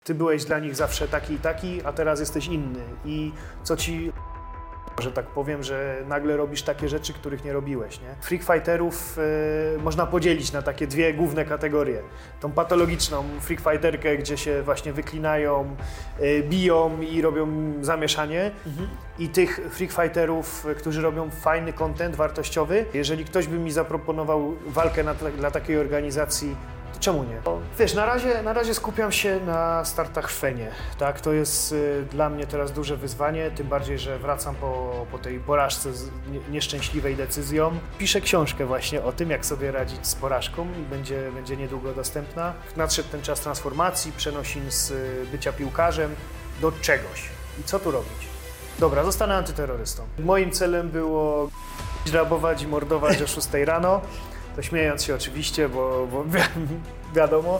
Ty byłeś dla nich zawsze taki i taki, a teraz jesteś inny. I co ci, że tak powiem, że nagle robisz takie rzeczy, których nie robiłeś, nie? Freak fighterów można podzielić na takie dwie główne kategorie. Tą patologiczną freak fighterkę, gdzie się właśnie wyklinają, biją i robią zamieszanie. I tych freak fighterów, którzy robią fajny content, wartościowy. Jeżeli ktoś by mi zaproponował walkę dla takiej organizacji, to czemu nie? Wiesz, na razie skupiam się na startach w Fenie, tak? To jest dla mnie teraz duże wyzwanie, tym bardziej, że wracam po tej porażce z nieszczęśliwej decyzją. Piszę książkę właśnie o tym, jak sobie radzić z porażką i będzie niedługo dostępna. Nadszedł ten czas transformacji, przenosin z bycia piłkarzem do czegoś. I co tu robić? Dobra, zostanę antyterrorystą. Moim celem było rabować i mordować o 6 rano. To śmiejąc się oczywiście, bo wiadomo.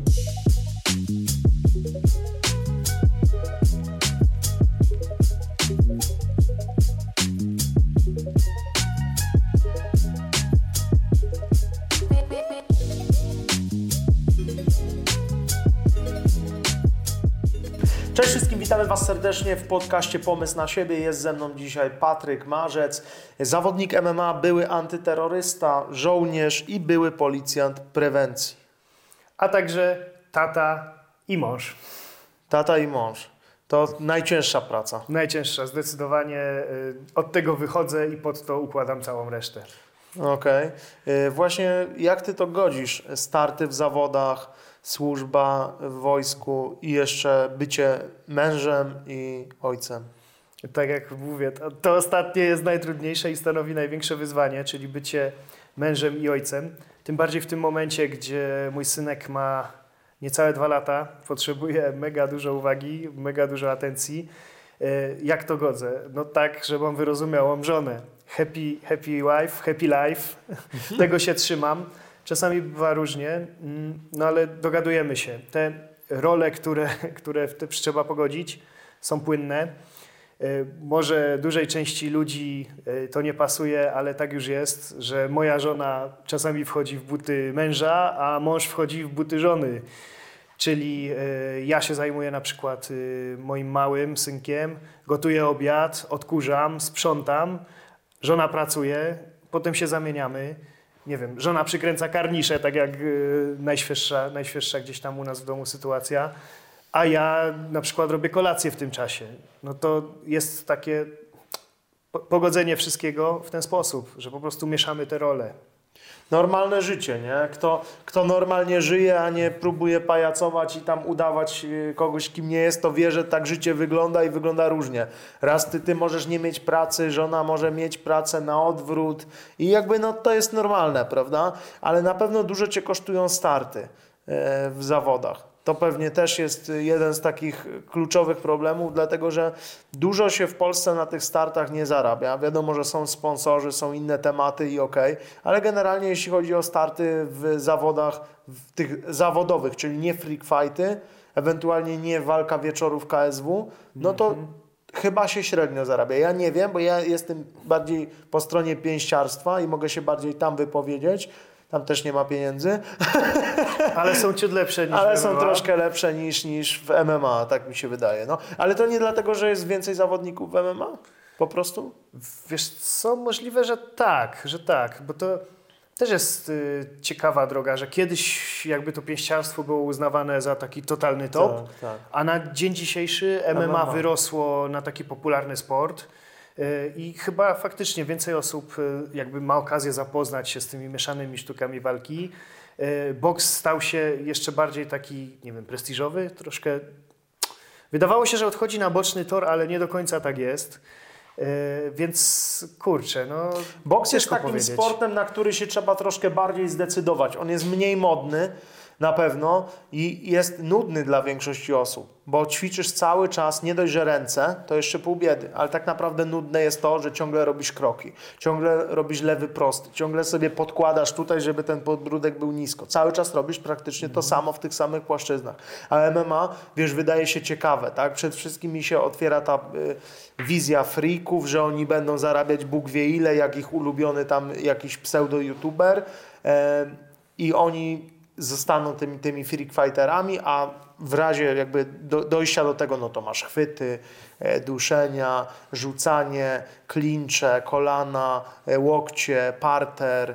Cześć wszystkim, witamy Was serdecznie w podcaście Pomysł na siebie. Jest ze mną dzisiaj Patryk Marzec, zawodnik MMA, były antyterrorysta, żołnierz i były policjant prewencji. A także tata i mąż. Tata i mąż. To najcięższa praca. Najcięższa, zdecydowanie. Od tego wychodzę i pod to układam całą resztę. Okej. Właśnie jak Ty to godzisz? Starty w zawodach, służba w wojsku i jeszcze bycie mężem i ojcem. Tak jak mówię, to ostatnie jest najtrudniejsze i stanowi największe wyzwanie, czyli bycie mężem i ojcem. Tym bardziej w tym momencie, gdzie mój synek ma niecałe 2 lata, potrzebuje mega dużo uwagi, mega dużo atencji. Jak to godzę? No tak, żebym wyrozumiał, mam żonę. Happy wife, happy life. Tego się trzymam. Czasami bywa różnie, no ale dogadujemy się. Te role, które też trzeba pogodzić, są płynne. Może dużej części ludzi to nie pasuje, ale tak już jest, że moja żona czasami wchodzi w buty męża, a mąż wchodzi w buty żony. Czyli ja się zajmuję na przykład moim małym synkiem, gotuję obiad, odkurzam, sprzątam, żona pracuje, potem się zamieniamy. Nie wiem, żona przykręca karnisze, tak jak najświeższa gdzieś tam u nas w domu sytuacja, a ja na przykład robię kolację w tym czasie. No to jest takie pogodzenie wszystkiego w ten sposób, że po prostu mieszamy te role. Normalne życie, nie? Kto normalnie żyje, a nie próbuje pajacować i tam udawać kogoś, kim nie jest, to wie, że tak życie wygląda i wygląda różnie. Raz ty możesz nie mieć pracy, żona może mieć pracę na odwrót i jakby no to jest normalne, prawda? Ale na pewno dużo cię kosztują starty w zawodach. To pewnie też jest jeden z takich kluczowych problemów, dlatego że dużo się w Polsce na tych startach nie zarabia. Wiadomo, że są sponsorzy, są inne tematy i okej, ale generalnie jeśli chodzi o starty w zawodach, w tych zawodowych, czyli nie freak fighty, ewentualnie nie walka wieczorów KSW, no to chyba się średnio zarabia. Ja nie wiem, bo ja jestem bardziej po stronie pięściarstwa i mogę się bardziej tam wypowiedzieć. Tam też nie ma pieniędzy. Ale są ciut lepsze niż Ale w MMA. są troszkę lepsze niż w MMA, tak mi się wydaje. No. Ale to nie dlatego, że jest więcej zawodników w MMA? Po prostu? Wiesz co, możliwe, że tak, bo to też jest ciekawa droga, że kiedyś jakby to pięściarstwo było uznawane za taki totalny top, tak. a na dzień dzisiejszy MMA wyrosło na taki popularny sport. I chyba faktycznie więcej osób jakby ma okazję zapoznać się z tymi mieszanymi sztukami walki. Boks stał się jeszcze bardziej taki, nie wiem, prestiżowy, troszkę. Wydawało się, że odchodzi na boczny tor, ale nie do końca tak jest. Więc kurczę, no. Boks jest takim sportem, na który się trzeba troszkę bardziej zdecydować. On jest mniej modny na pewno i jest nudny dla większości osób, bo ćwiczysz cały czas, nie dość, że ręce, to jeszcze pół biedy, ale tak naprawdę nudne jest to, że ciągle robisz kroki, ciągle robisz lewy prosty, ciągle sobie podkładasz tutaj, żeby ten podbródek był nisko. Cały czas robisz praktycznie to samo w tych samych płaszczyznach. A MMA, wiesz, wydaje się ciekawe, tak? Przed wszystkim mi się otwiera ta wizja freaków, że oni będą zarabiać Bóg wie ile, jak ich ulubiony tam jakiś pseudo-youtuber i oni zostaną tymi freak fighterami, a w razie jakby dojścia do tego, no to masz chwyty, duszenia, rzucanie, klincze, kolana, łokcie, parter,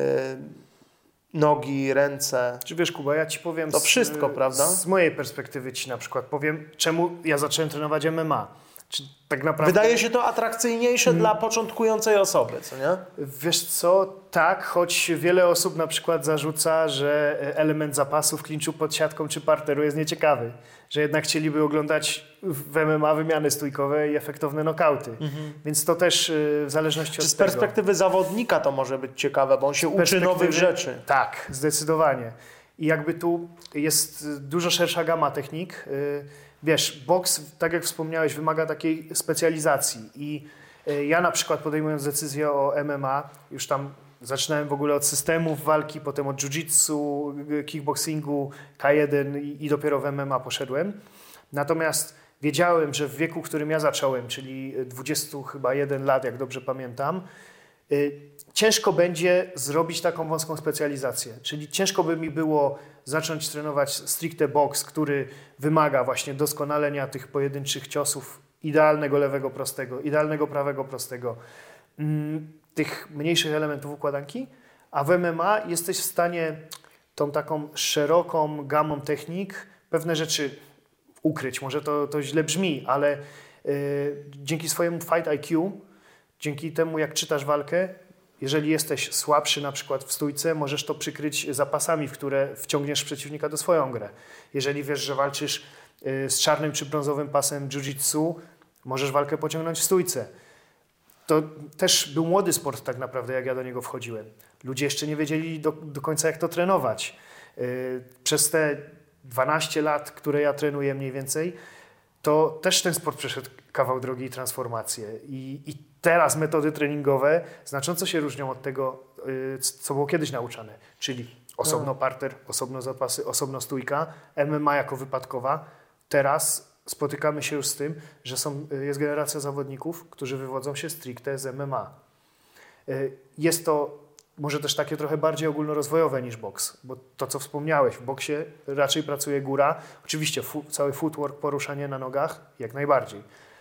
nogi, ręce. Czy wiesz, Kuba, ja ci powiem... To wszystko, prawda? Z mojej perspektywy ci na przykład powiem, czemu ja zacząłem trenować MMA. Czy tak naprawdę... Wydaje się to atrakcyjniejsze dla początkującej osoby, co nie? Wiesz co, tak, choć wiele osób na przykład zarzuca, że element zapasu w klinczu pod siatką czy parteru jest nieciekawy. Że jednak chcieliby oglądać w MMA wymiany stójkowe i efektowne nokauty. Więc to też w zależności Czy od z tego. perspektywy zawodnika to może być ciekawe, bo on się uczy nowych rzeczy. Tak, zdecydowanie. I jakby tu jest dużo szersza gama technik. Wiesz, boks, tak jak wspomniałeś, wymaga takiej specjalizacji i ja na przykład podejmując decyzję o MMA, już tam zaczynałem w ogóle od systemów walki, potem od jiu-jitsu, kickboxingu, K1 i dopiero w MMA poszedłem. Natomiast wiedziałem, że w wieku, w którym ja zacząłem, czyli 21 lat, jak dobrze pamiętam, ciężko będzie zrobić taką wąską specjalizację. Czyli ciężko by mi było zacząć trenować stricte boks, który wymaga właśnie doskonalenia tych pojedynczych ciosów, idealnego lewego prostego, idealnego prawego prostego, tych mniejszych elementów układanki, a w MMA jesteś w stanie tą taką szeroką gamą technik pewne rzeczy ukryć. Może to źle brzmi, ale dzięki swojemu fight IQ, dzięki temu jak czytasz walkę, jeżeli jesteś słabszy na przykład w stójce, możesz to przykryć zapasami, w które wciągniesz przeciwnika do swoją grę. Jeżeli wiesz, że walczysz z czarnym czy brązowym pasem jiu-jitsu, możesz walkę pociągnąć w stójce. To też był młody sport tak naprawdę, jak ja do niego wchodziłem. Ludzie jeszcze nie wiedzieli do końca, jak to trenować. Przez te 12 lat, które ja trenuję mniej więcej, to też ten sport przeszedł kawał drogi i transformację. I teraz metody treningowe znacząco się różnią od tego, co było kiedyś nauczane. Czyli osobno parter, osobno zapasy, osobno stójka, MMA jako wypadkowa. Teraz spotykamy się już z tym, że jest generacja zawodników, którzy wywodzą się stricte z MMA. Jest to może też takie trochę bardziej ogólnorozwojowe niż boks, bo to, co wspomniałeś, w boksie raczej pracuje góra. Oczywiście cały footwork, poruszanie na nogach, jak najbardziej.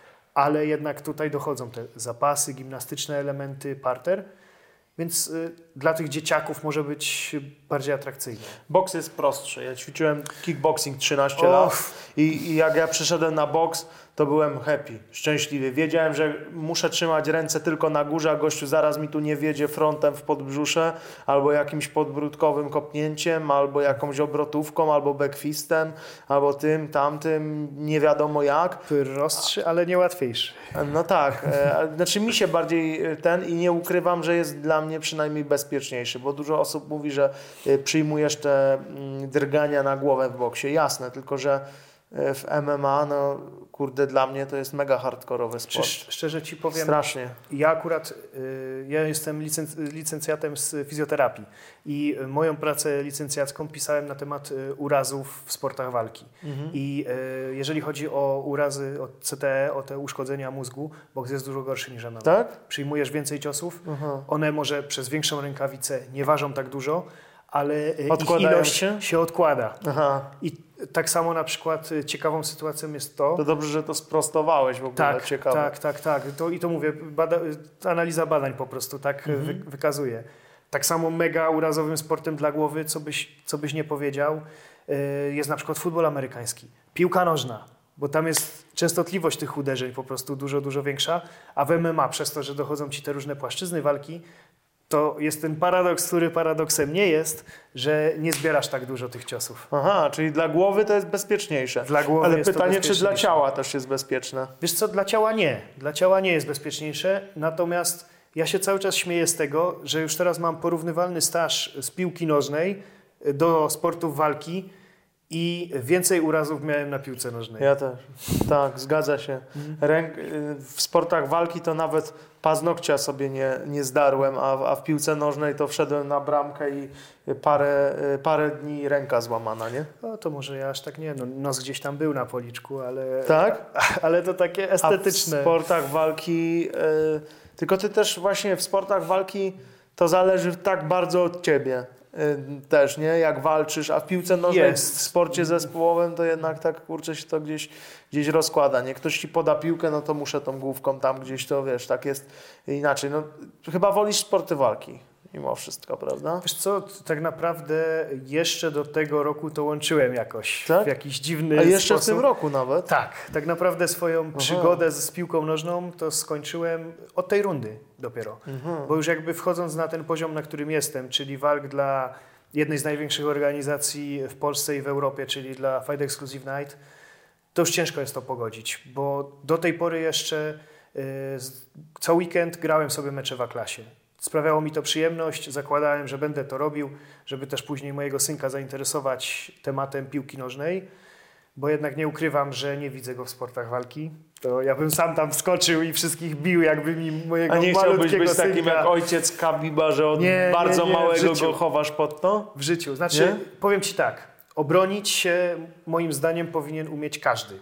Ale jednak tutaj dochodzą te zapasy, gimnastyczne elementy, parter, więc dla tych dzieciaków może być bardziej atrakcyjny. Boks jest prostszy. Ja ćwiczyłem kickboxing 13 lat i jak ja przyszedłem na boks, to byłem happy, szczęśliwy. Wiedziałem, że muszę trzymać ręce tylko na górze, a gościu zaraz mi tu nie wiedzie frontem w podbrzusze, albo jakimś podbródkowym kopnięciem, albo jakąś obrotówką, albo backfistem, albo tym, tamtym, nie wiadomo jak. Prostszy, ale nie łatwiejszy. No tak, znaczy mi się bardziej i nie ukrywam, że jest dla mnie przynajmniej bezpieczniejszy, bo dużo osób mówi, że przyjmujesz te drgania na głowę w boksie. Jasne, tylko że w MMA, no kurde, dla mnie to jest mega hardkorowy sport. Szczerze ci powiem, strasznie. Ja akurat, ja jestem licencjatem z fizjoterapii i moją pracę licencjacką pisałem na temat urazów w sportach walki. I jeżeli chodzi o urazy od CTE, o te uszkodzenia mózgu, boks jest dużo gorszy niż MMA. Tak? Przyjmujesz więcej ciosów, one może przez większą rękawicę nie ważą tak dużo, ale ich ilość się odkłada. I tak samo na przykład ciekawą sytuacją jest to... To dobrze, że to sprostowałeś w ogóle. Tak, ciekawe. tak. I to mówię, analiza badań po prostu tak wykazuje. Tak samo mega urazowym sportem dla głowy, co byś nie powiedział, jest na przykład futbol amerykański. Piłka nożna, bo tam jest częstotliwość tych uderzeń po prostu dużo, dużo większa, a w MMA przez to, że dochodzą ci te różne płaszczyzny walki, to jest ten paradoks, który paradoksem nie jest, że nie zbierasz tak dużo tych ciosów. Czyli dla głowy to jest bezpieczniejsze. Dla głowy ale jest pytanie, czy dla ciała też jest bezpieczne? Wiesz co, dla ciała nie. Dla ciała nie jest bezpieczniejsze, natomiast ja się cały czas śmieję z tego, że już teraz mam porównywalny staż z piłki nożnej do sportów walki i więcej urazów miałem na piłce nożnej. Ja też. Tak, zgadza się. W sportach walki to nawet paznokcia sobie nie zdarłem, a w piłce nożnej to wszedłem na bramkę i parę dni ręka złamana, nie? No to może ja aż tak nie, nos gdzieś tam był na policzku, ale, tak? Ale to takie estetyczne. A w sportach walki, tylko ty też właśnie w sportach walki to zależy tak bardzo od ciebie. też, nie? Jak walczysz, a w piłce nożnej, Jest. w sporcie zespołowym to jednak tak, kurczę, się to gdzieś rozkłada, nie? Ktoś ci poda piłkę, no to muszę tą główką tam gdzieś, to wiesz, tak jest inaczej. No, chyba wolisz sporty walki mimo wszystko, prawda? Wiesz co, tak naprawdę jeszcze do tego roku to łączyłem jakoś Tak? w jakiś dziwny A jeszcze sposób. w tym roku nawet? Tak naprawdę swoją przygodę z piłką nożną to skończyłem od tej rundy dopiero. Bo już jakby wchodząc na ten poziom, na którym jestem, czyli walk dla jednej z największych organizacji w Polsce i w Europie, czyli dla Fight Exclusive Night, to już ciężko jest to pogodzić, bo do tej pory jeszcze co weekend grałem sobie mecze w A-klasie. Sprawiało mi to przyjemność, zakładałem, że będę to robił, żeby też później mojego synka zainteresować tematem piłki nożnej, bo jednak nie ukrywam, że nie widzę go w sportach walki. To ja bym sam tam wskoczył i wszystkich bił, jakby mi mojego A nie chciałbyś malutkiego być takim synka jak ojciec Kabiba, że od bardzo nie, małego w życiu. go chowasz pod to? w życiu. Znaczy, Nie? powiem Ci tak, obronić się moim zdaniem powinien umieć każdy.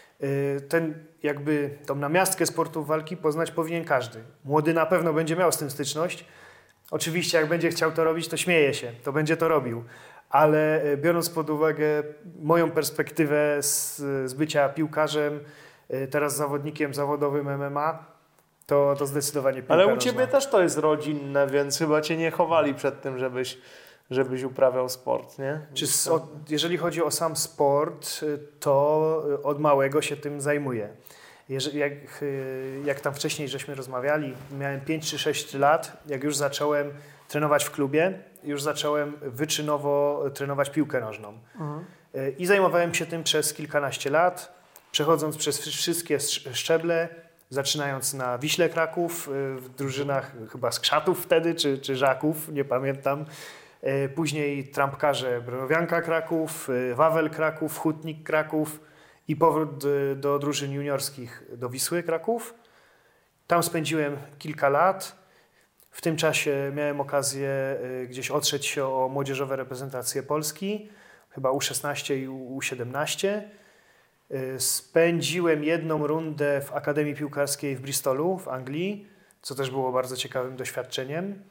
Tą namiastkę sportów walki poznać powinien każdy. Młody na pewno będzie miał z tym styczność. Oczywiście jak będzie chciał to robić, to śmieje się, to będzie to robił. Ale biorąc pod uwagę moją perspektywę z bycia piłkarzem, teraz zawodnikiem zawodowym MMA, to zdecydowanie piłka Ale u nożna. Ciebie też to jest rodzinne, więc chyba Cię nie chowali przed tym, żebyś uprawiał sport, nie? Jeżeli chodzi o sam sport, to od małego się tym zajmuję. Jak tam wcześniej żeśmy rozmawiali, miałem 5 czy 6 lat, jak już zacząłem trenować w klubie, już zacząłem wyczynowo trenować piłkę nożną. I zajmowałem się tym przez kilkanaście lat, przechodząc przez wszystkie szczeble, zaczynając na Wiśle Kraków, w drużynach chyba Skrzatów wtedy, czy Żaków, nie pamiętam. Później trampkarze Bronowianka Kraków, Wawel Kraków, Hutnik Kraków i powrót do drużyn juniorskich do Wisły Kraków. Tam spędziłem kilka lat. W tym czasie miałem okazję gdzieś otrzeć się o młodzieżowe reprezentacje Polski, chyba U16 i U17. Spędziłem jedną rundę w Akademii Piłkarskiej w Bristolu w Anglii, co też było bardzo ciekawym doświadczeniem.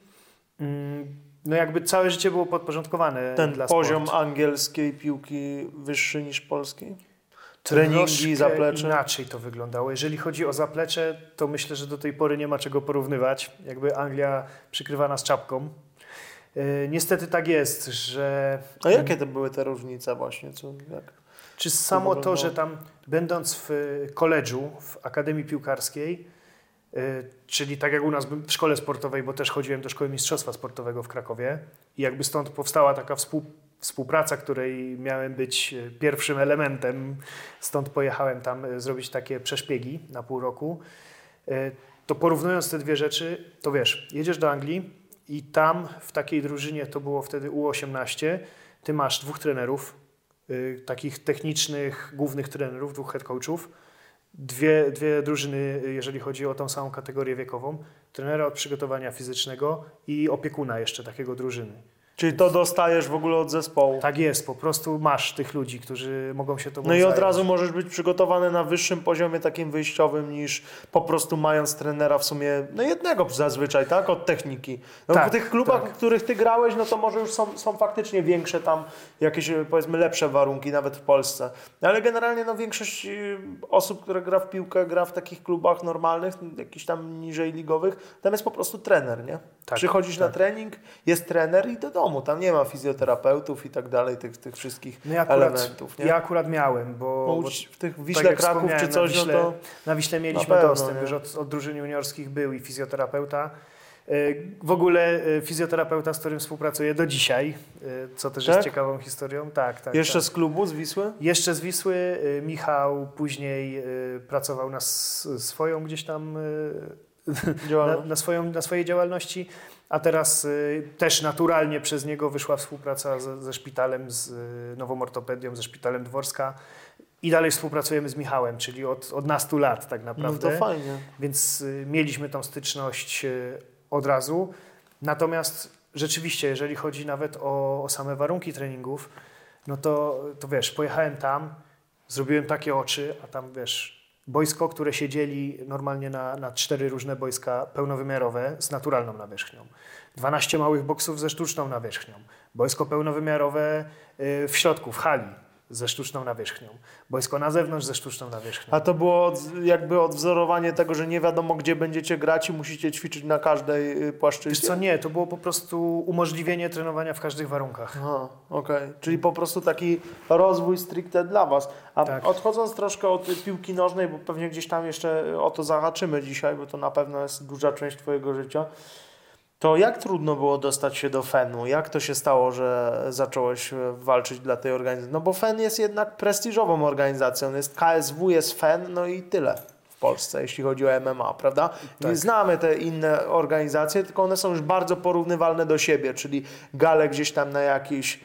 No jakby całe życie było podporządkowane Ten dla poziom sportu. angielskiej piłki wyższy niż polskiej? Treningi, Troszkę zaplecze? inaczej to wyglądało. Jeżeli chodzi o zaplecze, to myślę, że do tej pory nie ma czego porównywać. Jakby Anglia przykrywa nas czapką. Niestety tak jest, że... A jakie to były te różnice właśnie? Czy samo to, że tam będąc w koledżu, w Akademii Piłkarskiej, czyli tak jak u nas w szkole sportowej, bo też chodziłem do Szkoły Mistrzostwa Sportowego w Krakowie i jakby stąd powstała taka współpraca, której miałem być pierwszym elementem, stąd pojechałem tam zrobić takie przeszpiegi na pół roku, to porównując te dwie rzeczy, to wiesz, jedziesz do Anglii i tam w takiej drużynie, to było wtedy U18, ty masz 2 trenerów, takich technicznych, głównych trenerów, 2 head coachów, dwie drużyny, jeżeli chodzi o tą samą kategorię wiekową, trenera od przygotowania fizycznego i opiekuna jeszcze takiego drużyny. Czyli to dostajesz w ogóle od zespołu. Tak jest, po prostu masz tych ludzi, którzy mogą się tobą No i od zająć. razu możesz być przygotowany na wyższym poziomie takim wyjściowym niż po prostu mając trenera w sumie, no jednego zazwyczaj, tak? Od techniki. No Tak, w tych klubach, tak. w których ty grałeś, no to może już są faktycznie większe tam jakieś powiedzmy lepsze warunki nawet w Polsce. Ale generalnie no większość osób, które gra w piłkę, gra w takich klubach normalnych, jakichś tam niżej ligowych, tam jest po prostu trener, nie? Tak, Przychodzisz na tak. trening, jest trener i do domu. Tam nie ma fizjoterapeutów i tak dalej, tych wszystkich No elementów. Nie? ja akurat miałem, bo W tych tak Wiśle jak Kraków czy wspomniałem, coś, no to... na Wiśle mieliśmy Na pewno, dostęp, nie? już od drużyn juniorskich był i fizjoterapeuta. W ogóle fizjoterapeuta, z którym współpracuję do dzisiaj, co też Tak? jest ciekawą historią. Tak. Jeszcze tak. z klubu, z Wisły? Jeszcze z Wisły. Michał później pracował na swoją gdzieś tam na swojej działalności, a teraz też naturalnie przez niego wyszła współpraca ze szpitalem, z Nową Ortopedią, ze szpitalem Dworska i dalej współpracujemy z Michałem, czyli od nastu lat tak naprawdę. No to fajnie. Więc mieliśmy tą styczność od razu. Natomiast rzeczywiście, jeżeli chodzi nawet o same warunki treningów, no to wiesz, pojechałem tam, zrobiłem takie oczy, a tam wiesz, boisko, które się dzieli normalnie na 4 różne boiska pełnowymiarowe z naturalną nawierzchnią. 12 małych boksów ze sztuczną nawierzchnią. Boisko pełnowymiarowe w środku, w hali ze sztuczną nawierzchnią. Boisko na zewnątrz ze sztuczną nawierzchnią. A to było jakby odwzorowanie tego, że nie wiadomo, gdzie będziecie grać i musicie ćwiczyć na każdej płaszczyźnie? Wiesz co, nie, to było po prostu umożliwienie trenowania w każdych warunkach. Aha, okej. Czyli po prostu taki rozwój stricte dla Was. A Tak. odchodząc troszkę od piłki nożnej, bo pewnie gdzieś tam jeszcze o to zahaczymy dzisiaj, bo to na pewno jest duża część Twojego życia, to jak trudno było dostać się do FEN-u? Jak to się stało, że zacząłeś walczyć dla tej organizacji? No bo FEN jest jednak prestiżową organizacją. Jest KSW, jest FEN, no i tyle w Polsce, jeśli chodzi o MMA, prawda? Tak. I znamy te inne organizacje, tylko one są już bardzo porównywalne do siebie, czyli gale gdzieś tam na jakichś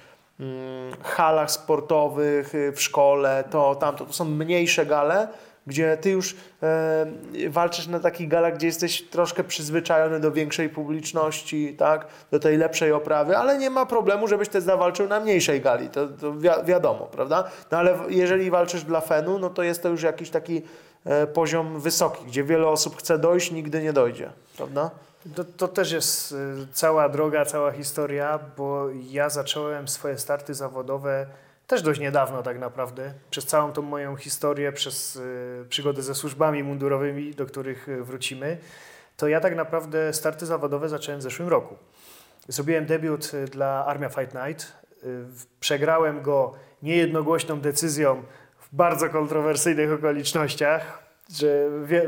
halach sportowych, w szkole, to tamto. To są mniejsze gale, gdzie ty już walczysz na takich galach, gdzie jesteś troszkę przyzwyczajony do większej publiczności, tak, do tej lepszej oprawy, ale nie ma problemu, żebyś też zawalczył na mniejszej gali, to wiadomo, prawda? No ale jeżeli walczysz dla FEN-u, no to jest to już jakiś taki poziom wysoki, gdzie wiele osób chce dojść, nigdy nie dojdzie, prawda? To też jest cała droga, cała historia, bo ja zacząłem swoje starty zawodowe też dość niedawno tak naprawdę. Przez całą tą moją historię, przez przygodę ze służbami mundurowymi, do których wrócimy, to ja tak naprawdę starty zawodowe zacząłem w zeszłym roku. Zrobiłem debiut dla Armia Fight Night. Przegrałem go niejednogłośną decyzją w bardzo kontrowersyjnych okolicznościach, że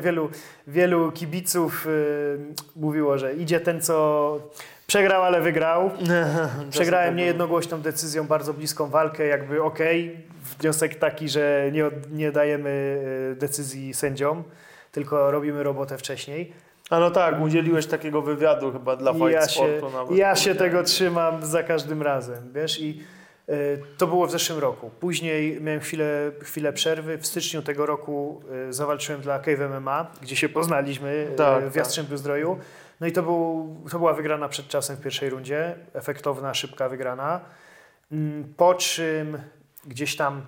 wielu kibiców mówiło, że idzie ten, co przegrał, ale wygrał. Przegrałem niejednogłośną decyzją, bardzo bliską walkę, jakby wniosek taki, że nie dajemy decyzji sędziom, tylko robimy robotę wcześniej. A no tak, udzieliłeś takiego wywiadu chyba dla Fight Sportu nawet. Ja się tego trzymam za każdym razem, wiesz, i to było w zeszłym roku. Później miałem chwilę przerwy. W styczniu tego roku zawalczyłem dla Cave MMA, gdzie się poznaliśmy w Jastrzębiu Zdroju. No i to była wygrana przed czasem w pierwszej rundzie. Efektowna, szybka wygrana. Po czym gdzieś tam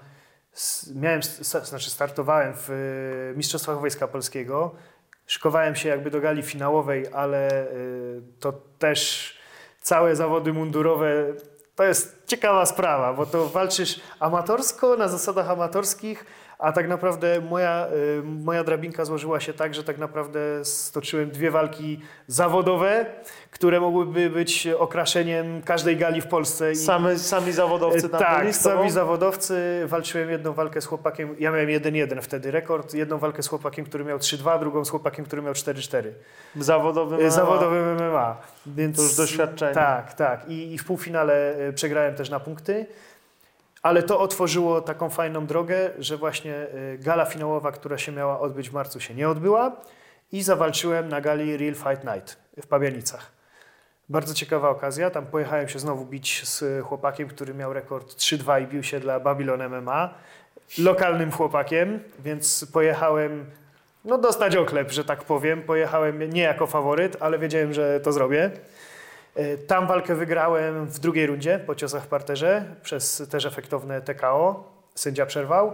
startowałem w Mistrzostwach Wojska Polskiego. Szykowałem się jakby do gali finałowej, ale to też całe zawody mundurowe to jest ciekawa sprawa, bo to walczysz amatorsko, na zasadach amatorskich, a tak naprawdę moja drabinka złożyła się tak, że tak naprawdę stoczyłem 2 walki zawodowe, które mogłyby być okraszeniem każdej gali w Polsce. Sami zawodowcy tam tak, byli? sami zawodowcy. Walczyłem jedną walkę z chłopakiem, ja miałem 1-1 wtedy rekord, jedną walkę z chłopakiem, który miał 3-2, drugą z chłopakiem, który miał 4-4. Zawodowym MMA. Więc, to już doświadczenie. Tak. I w półfinale przegrałem też na punkty. Ale to otworzyło taką fajną drogę, że właśnie gala finałowa, która się miała odbyć w marcu, się nie odbyła i zawalczyłem na gali Real Fight Night w Pabianicach. Bardzo ciekawa okazja. Tam pojechałem się znowu bić z chłopakiem, który miał rekord 3-2 i bił się dla Babylon MMA. Lokalnym chłopakiem, więc pojechałem dostać oklep, że tak powiem. Pojechałem nie jako faworyt, ale wiedziałem, że to zrobię. Tam walkę wygrałem w drugiej rundzie po ciosach w parterze przez też efektowne TKO. Sędzia przerwał.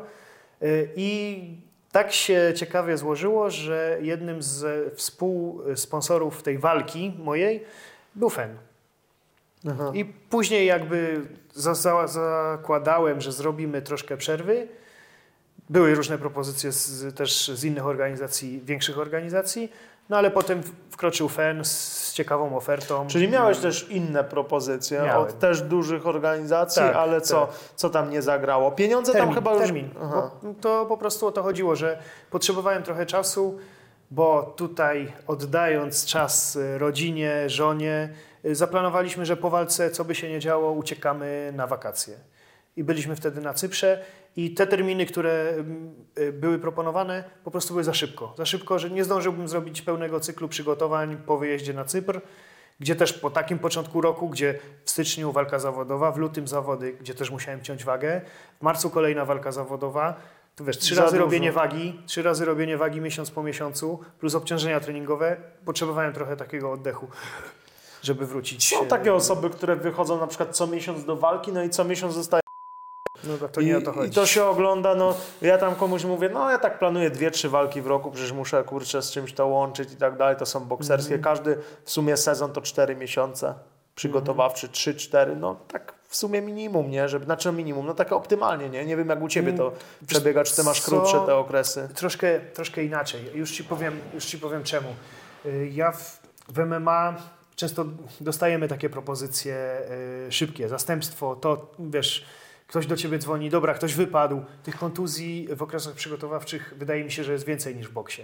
I tak się ciekawie złożyło, że jednym z współsponsorów tej walki mojej był FEN. Aha. I później jakby zakładałem, że zrobimy troszkę przerwy. Były różne propozycje też z innych organizacji, większych organizacji, no ale potem wkroczył FEN z ciekawą ofertą. Czyli miałeś też inne propozycje od też dużych organizacji, ale co tam nie zagrało? Pieniądze tam chyba już... Termin. To po prostu o to chodziło, że potrzebowałem trochę czasu, bo tutaj oddając czas rodzinie, żonie, zaplanowaliśmy, że po walce, co by się nie działo, uciekamy na wakacje. I byliśmy wtedy na Cyprze i te terminy, które były proponowane, po prostu były za szybko. Za szybko, że nie zdążyłbym zrobić pełnego cyklu przygotowań po wyjeździe na Cypr, gdzie też po takim początku roku, gdzie w styczniu walka zawodowa, w lutym zawody, gdzie też musiałem ciąć wagę, w marcu kolejna walka zawodowa. Tu wiesz, 3 razy robienie wagi miesiąc po miesiącu, plus obciążenia treningowe. Potrzebowałem trochę takiego oddechu, żeby wrócić. Są takie osoby, które wychodzą na przykład co miesiąc do walki, no i co miesiąc zostają. No to nie o to chodzi. I to się ogląda, no ja tam komuś mówię, no ja tak planuję 2-3 walki w roku, przecież muszę kurczę z czymś to łączyć i tak dalej, to są bokserskie, każdy w sumie sezon to 4 miesiące, przygotowawczy 3-4, no tak w sumie minimum, nie, znaczy minimum, no tak optymalnie, nie wiem jak u Ciebie to przebiega, czy Ty masz krótsze te okresy? Troszkę inaczej, już Ci powiem czemu. Ja w MMA często dostajemy takie propozycje szybkie, zastępstwo, to wiesz, ktoś do Ciebie dzwoni, dobra, ktoś wypadł. Tych kontuzji w okresach przygotowawczych wydaje mi się, że jest więcej niż w boksie.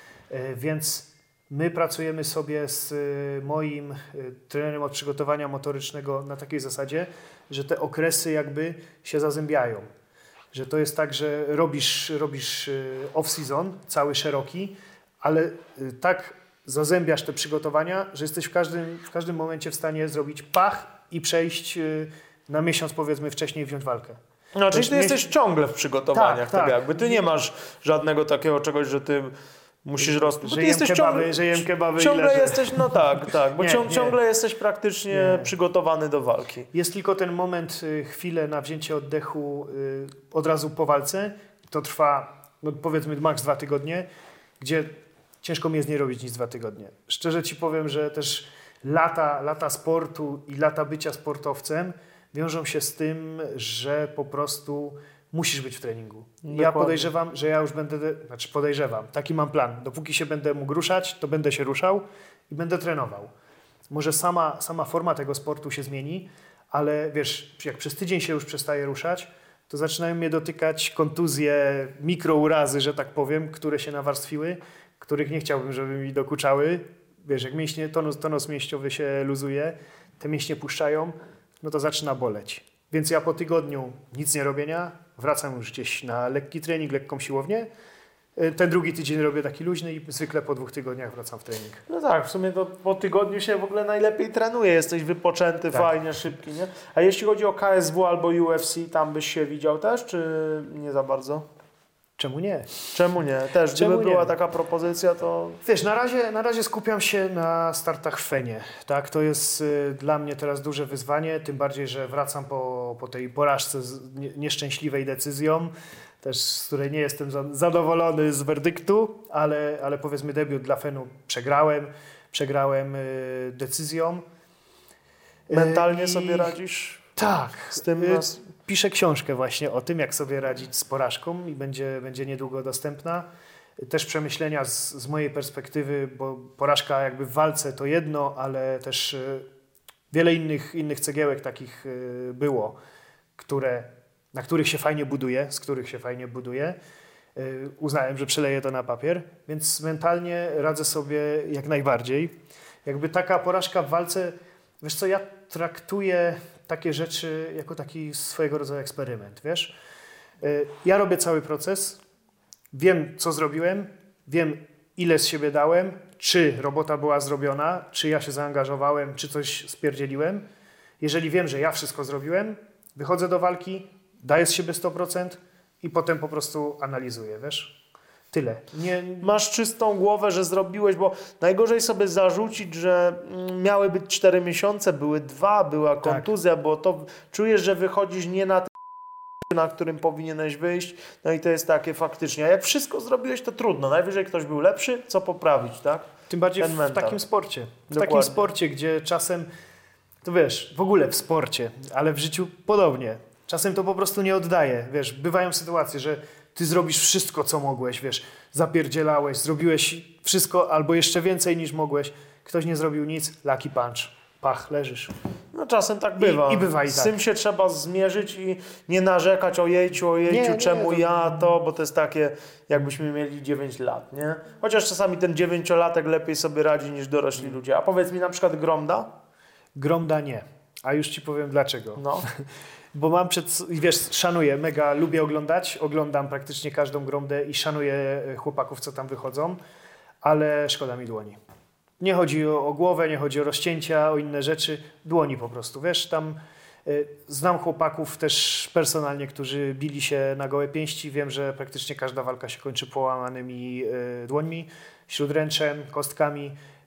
Więc my pracujemy sobie z moim trenerem od przygotowania motorycznego na takiej zasadzie, że te okresy jakby się zazębiają. Że to jest tak, że robisz off-season, cały szeroki, ale tak zazębiasz te przygotowania, że jesteś w każdym momencie w stanie zrobić pach i przejść na miesiąc powiedzmy wcześniej wziąć walkę. No, czyli Ty jesteś ciągle w przygotowaniach, tak jakby. Ty nie masz żadnego takiego czegoś, że Ty musisz rosnąć. Że jem kebaby ciągle jesteś, no tak, bo ciągle jesteś praktycznie przygotowany do walki. Jest tylko ten moment, chwilę na wzięcie oddechu od razu po walce. To trwa, no powiedzmy, maks 2 tygodnie, gdzie ciężko mi jest nie robić nic 2 tygodnie. Szczerze Ci powiem, że też lata sportu i lata bycia sportowcem wiążą się z tym, że po prostu musisz być w treningu. Dokładnie. Ja podejrzewam, że ja już taki mam plan. Dopóki się będę mógł ruszać, to będę się ruszał i będę trenował. Może sama forma tego sportu się zmieni, ale wiesz, jak przez tydzień się już przestaje ruszać, to zaczynają mnie dotykać kontuzje, mikrourazy, że tak powiem, które się nawarstwiły, których nie chciałbym, żeby mi dokuczały. Wiesz, jak mięśnie, tonus mięśniowy się luzuje, te mięśnie puszczają, no to zaczyna boleć. Więc ja po tygodniu nic nie robienia, wracam już gdzieś na lekki trening, lekką siłownię. Ten drugi tydzień robię taki luźny i zwykle po 2 tygodniach wracam w trening. No tak, w sumie to po tygodniu się w ogóle najlepiej trenuje. Jesteś wypoczęty, fajnie, szybki, nie? A jeśli chodzi o KSW albo UFC, tam byś się widział też, czy nie za bardzo? Czemu nie? Czemu nie? Też, gdyby była taka propozycja, to... Wiesz, na razie skupiam się na startach w Fenie. Tak? To jest dla mnie teraz duże wyzwanie, tym bardziej, że wracam po tej porażce z nieszczęśliwej decyzją, też z której nie jestem zadowolony z werdyktu, ale powiedzmy debiut dla Fenu przegrałem decyzją. Mentalnie sobie radzisz? Tak. Z tym piszę książkę właśnie o tym, jak sobie radzić z porażką i będzie niedługo dostępna. Też przemyślenia z mojej perspektywy, bo porażka jakby w walce to jedno, ale też wiele innych cegiełek takich było, na których się fajnie buduje, z których się fajnie buduje. Uznałem, że przeleję to na papier, więc mentalnie radzę sobie jak najbardziej. Jakby taka porażka w walce, wiesz co, ja traktuję takie rzeczy jako taki swojego rodzaju eksperyment, wiesz. Ja robię cały proces, wiem co zrobiłem, wiem ile z siebie dałem, czy robota była zrobiona, czy ja się zaangażowałem, czy coś spierdzieliłem. Jeżeli wiem, że ja wszystko zrobiłem, wychodzę do walki, daję z siebie 100% i potem po prostu analizuję, wiesz. Tyle. Nie, masz czystą głowę, że zrobiłeś, bo najgorzej sobie zarzucić, że miały być 4 miesiące, były 2, była kontuzja, bo to czujesz, że wychodzisz nie na na którym powinieneś wyjść, no i to jest takie faktycznie. A jak wszystko zrobiłeś, to trudno. Najwyżej ktoś był lepszy, co poprawić, tak? Tym bardziej w takim sporcie. W takim sporcie, gdzie czasem, to wiesz, w ogóle w sporcie, ale w życiu podobnie. Czasem to po prostu nie oddaje. Wiesz, bywają sytuacje, że ty zrobisz wszystko, co mogłeś, wiesz, zapierdzielałeś, zrobiłeś wszystko albo jeszcze więcej niż mogłeś. Ktoś nie zrobił nic, lucky punch, pach, leżysz. No czasem tak bywa. I bywa i z tym się trzeba zmierzyć i nie narzekać o jejciu, czemu ja to, bo to jest takie, jakbyśmy mieli 9 lat, nie? Chociaż czasami ten 9-latek lepiej sobie radzi niż dorośli ludzie. A powiedz mi na przykład Gromda? Gromda nie. A już ci powiem dlaczego. No. Bo wiesz, szanuję, mega lubię oglądam praktycznie każdą Gromdę i szanuję chłopaków, co tam wychodzą, ale szkoda mi dłoni. Nie chodzi o głowę, nie chodzi o rozcięcia, o inne rzeczy, dłoni po prostu, wiesz, tam znam chłopaków też personalnie, którzy bili się na gołe pięści, wiem, że praktycznie każda walka się kończy połamanymi dłońmi, śródręczem, kostkami,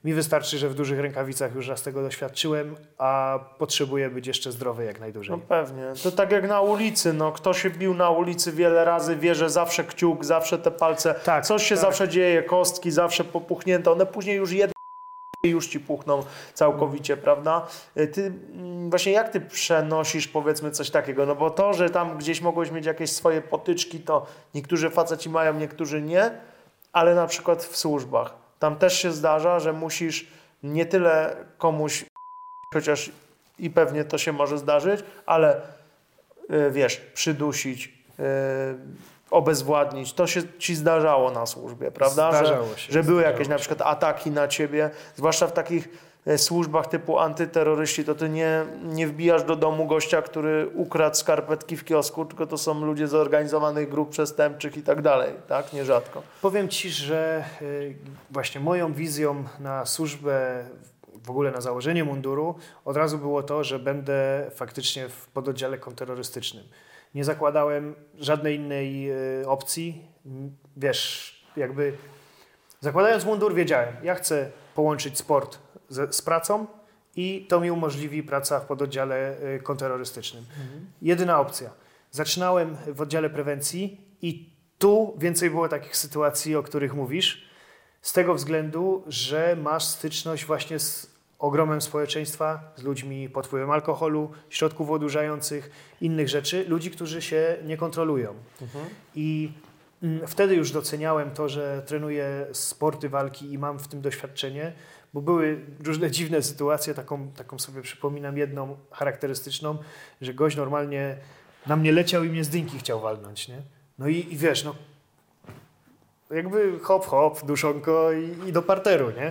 Mi wystarczy, że w dużych rękawicach już raz tego doświadczyłem, a potrzebuję być jeszcze zdrowy jak najdłużej. No pewnie. To tak jak na ulicy, no kto się bił na ulicy wiele razy, wie, że zawsze kciuk, zawsze te palce, Tak, coś się tak. zawsze dzieje, kostki zawsze popuchnięte, one później już już ci puchną całkowicie, prawda? Ty właśnie jak ty przenosisz, powiedzmy, coś takiego? No bo to, że tam gdzieś mogłeś mieć jakieś swoje potyczki, to niektórzy faceci mają, niektórzy nie, ale na przykład w służbach. Tam też się zdarza, że musisz nie tyle komuś, chociaż i pewnie to się może zdarzyć, ale wiesz, przydusić, obezwładnić. To się ci zdarzało na służbie, prawda? Że były jakieś na przykład ataki na ciebie, zwłaszcza w takich służbach typu antyterroryści, to ty nie wbijasz do domu gościa, który ukradł skarpetki w kiosku, tylko to są ludzie z zorganizowanych grup przestępczych i tak dalej, tak? Nierzadko. Powiem ci, że właśnie moją wizją na służbę, w ogóle na założenie munduru, od razu było to, że będę faktycznie w pododdziale kontrterrorystycznym. Nie zakładałem żadnej innej opcji. Wiesz, jakby zakładając mundur wiedziałem, ja chcę połączyć sport z pracą i to mi umożliwi praca w pododdziale kontrterrorystycznym. Jedyna opcja. Zaczynałem w oddziale prewencji i tu więcej było takich sytuacji, o których mówisz, z tego względu, że masz styczność właśnie z ogromem społeczeństwa, z ludźmi pod wpływem alkoholu, środków odurzających, innych rzeczy, ludzi, którzy się nie kontrolują. I wtedy już doceniałem to, że trenuję sporty walki i mam w tym doświadczenie, bo były różne dziwne sytuacje, taką sobie przypominam jedną charakterystyczną, że gość normalnie na mnie leciał i mnie z dynki chciał walnąć, nie? No i wiesz, no jakby hop, duszonko i do parteru, nie?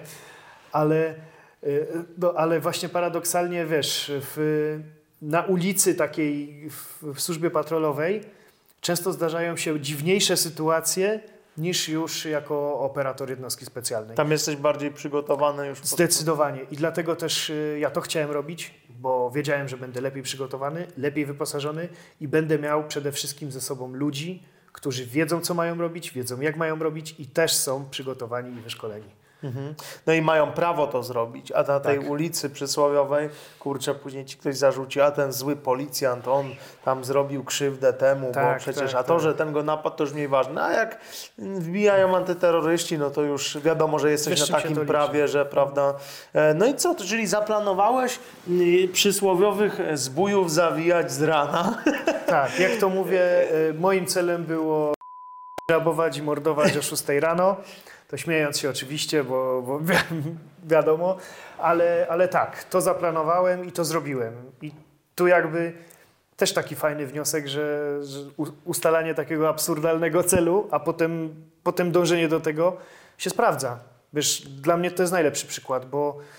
Ale właśnie paradoksalnie, wiesz, na ulicy takiej w służbie patrolowej często zdarzają się dziwniejsze sytuacje niż już jako operator jednostki specjalnej. Tam jesteś bardziej przygotowany już. Zdecydowanie. I dlatego też ja to chciałem robić, bo wiedziałem, że będę lepiej przygotowany, lepiej wyposażony i będę miał przede wszystkim ze sobą ludzi, którzy wiedzą, co mają robić, wiedzą, jak mają robić i też są przygotowani i wyszkoleni. No i mają prawo to zrobić, a na tej ulicy przysłowiowej, kurczę, później ci ktoś zarzuci, a ten zły policjant, on tam zrobił krzywdę temu, bo przecież, że ten go napadł, to już mniej ważne. A jak wbijają antyterroryści, no to już wiadomo, że jesteś na takim prawie, że prawda. No i co, czyli zaplanowałeś przysłowiowych zbójów zawijać z rana? Tak, jak to mówię, moim celem było rabować i mordować o 6 rano. To śmiejąc się oczywiście, bo wiadomo, ale tak, to zaplanowałem i to zrobiłem. I tu jakby też taki fajny wniosek, że ustalanie takiego absurdalnego celu, a potem dążenie do tego się sprawdza. Wiesz, dla mnie to jest najlepszy przykład,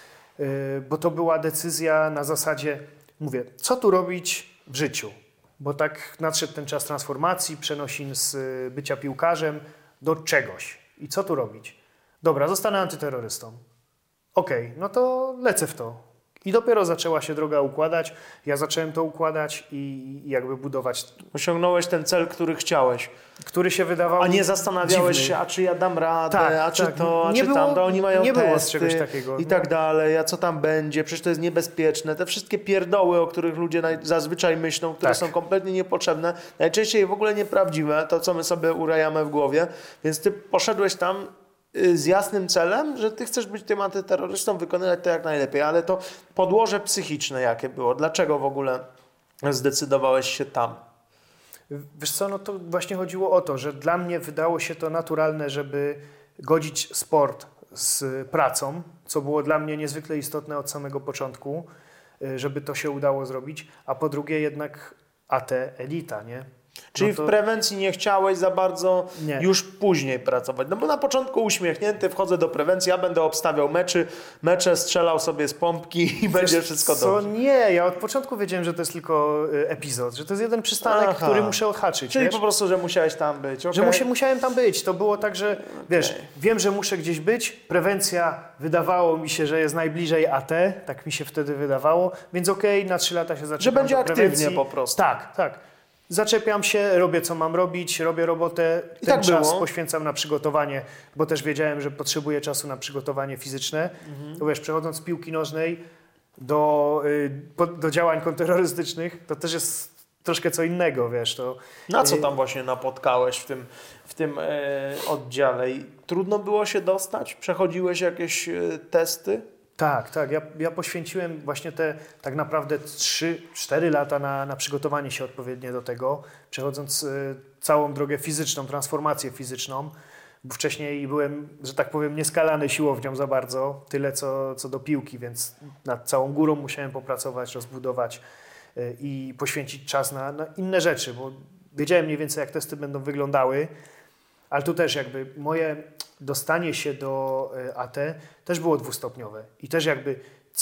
bo to była decyzja na zasadzie, mówię, co tu robić w życiu? Bo tak nadszedł ten czas transformacji, przenosin z bycia piłkarzem do czegoś. I co tu robić? Dobra, zostanę antyterrorystą. Okej, no to lecę w to. I dopiero zaczęła się droga układać. Ja zacząłem to układać i jakby budować. Osiągnąłeś ten cel, który chciałeś. Który się wydawał A nie zastanawiałeś dziwny. się, a czy ja dam radę, Tak, a czy tak. to, a Nie czy było, tamto, oni mają nie testy było czegoś takiego. i tak dalej, a co tam będzie, przecież to jest niebezpieczne. Te wszystkie pierdoły, o których ludzie zazwyczaj myślą, które są kompletnie niepotrzebne, najczęściej w ogóle nieprawdziwe, to co my sobie urajamy w głowie, więc ty poszedłeś tam z jasnym celem, że ty chcesz być tym antyterrorystą, wykonywać to jak najlepiej, ale to podłoże psychiczne jakie było? Dlaczego w ogóle zdecydowałeś się tam? Wiesz co, no to właśnie chodziło o to, że dla mnie wydało się to naturalne, żeby godzić sport z pracą, co było dla mnie niezwykle istotne od samego początku, żeby to się udało zrobić, a po drugie jednak AT elita, nie? Czyli no to... w prewencji nie chciałeś za bardzo już później pracować. No bo na początku uśmiechnięty, wchodzę do prewencji, ja będę obstawiał mecze, strzelał sobie z pompki i będzie wszystko dobrze. Nie, ja od początku wiedziałem, że to jest tylko epizod, że to jest jeden przystanek, który muszę odhaczyć. Czyli po prostu, że musiałeś tam być. Okay. Że musiałem tam być. To było tak, że wiesz, wiem, że muszę gdzieś być. Prewencja wydawało mi się, że jest najbliżej AT, tak mi się wtedy wydawało, więc na 3 lata się zaczynam. Że będzie aktywnie po prostu. Tak. zaczepiam się, robię co mam robić, robię robotę, ten tak czas było. poświęcam na przygotowanie, bo też wiedziałem, że potrzebuję czasu na przygotowanie fizyczne. Bo wiesz, przechodząc z piłki nożnej do działań kontrterrorystycznych, to też jest troszkę co innego, wiesz. To, Na co tam właśnie napotkałeś w tym oddziale? I trudno było się dostać? Przechodziłeś jakieś testy? Tak. Ja poświęciłem właśnie te tak naprawdę 3-4 lata na przygotowanie się odpowiednie do tego, przechodząc całą drogę fizyczną, transformację fizyczną, bo wcześniej byłem, że tak powiem, nieskalany siłownią za bardzo, tyle co do piłki, więc nad całą górą musiałem popracować, rozbudować i poświęcić czas na inne rzeczy, bo wiedziałem mniej więcej, jak testy będą wyglądały, ale tu też jakby moje dostanie się do AT też było dwustopniowe i też jakby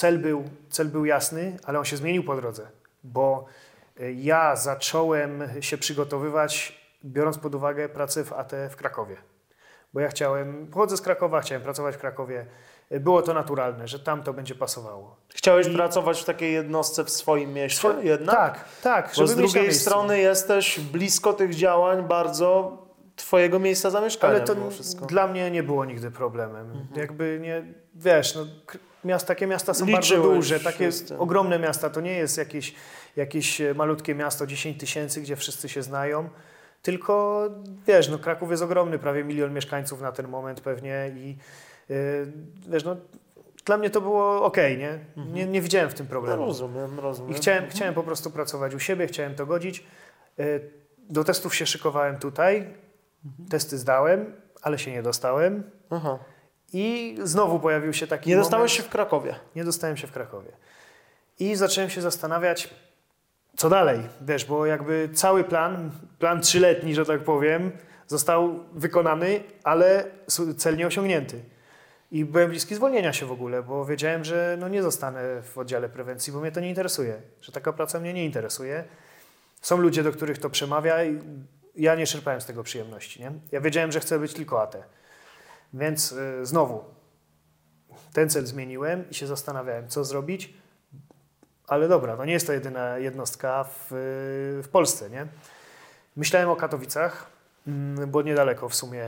cel był jasny, ale on się zmienił po drodze, bo ja zacząłem się przygotowywać, biorąc pod uwagę pracę w AT w Krakowie, bo ja pochodzę z Krakowa, chciałem pracować w Krakowie, było to naturalne, że tam to będzie pasowało. Chciałeś pracować w takiej jednostce w swoim mieście jednak? Tak. Bo z żeby mieć na drugiej miejscu. strony jesteś blisko tych działań bardzo twojego miejsca zamieszkania. Ale to mimo wszystko. dla mnie nie było nigdy problemem. Jakby nie, wiesz, no, takie miasta są bardzo Liczyłeś duże, takie wszyscy. ogromne miasta. To nie jest jakieś malutkie miasto, 10 tysięcy, gdzie wszyscy się znają. Tylko, wiesz, no Kraków jest ogromny, prawie 1 milion mieszkańców na ten moment pewnie i wiesz, no dla mnie to było okej, nie? Nie widziałem w tym No, problemu. rozumiem. I chciałem po prostu pracować u siebie, chciałem to godzić. Do testów się szykowałem tutaj, testy zdałem, ale się nie dostałem. Aha. I znowu pojawił się taki Nie moment. dostałeś się w Krakowie? Nie dostałem się w Krakowie. I zacząłem się zastanawiać, co dalej, wiesz, bo jakby cały plan 3-letni, że tak powiem, został wykonany, ale cel nieosiągnięty. I byłem bliski zwolnienia się w ogóle, bo wiedziałem, że no nie zostanę w oddziale prewencji, bo mnie to nie interesuje, że taka praca mnie nie interesuje. Są ludzie, do których to przemawia i ja nie czerpałem z tego przyjemności, nie? Ja wiedziałem, że chcę być tylko AT. Więc znowu ten cel zmieniłem i się zastanawiałem, co zrobić. Ale dobra, to nie jest to jedyna jednostka w Polsce, nie? Myślałem o Katowicach, bo niedaleko w sumie,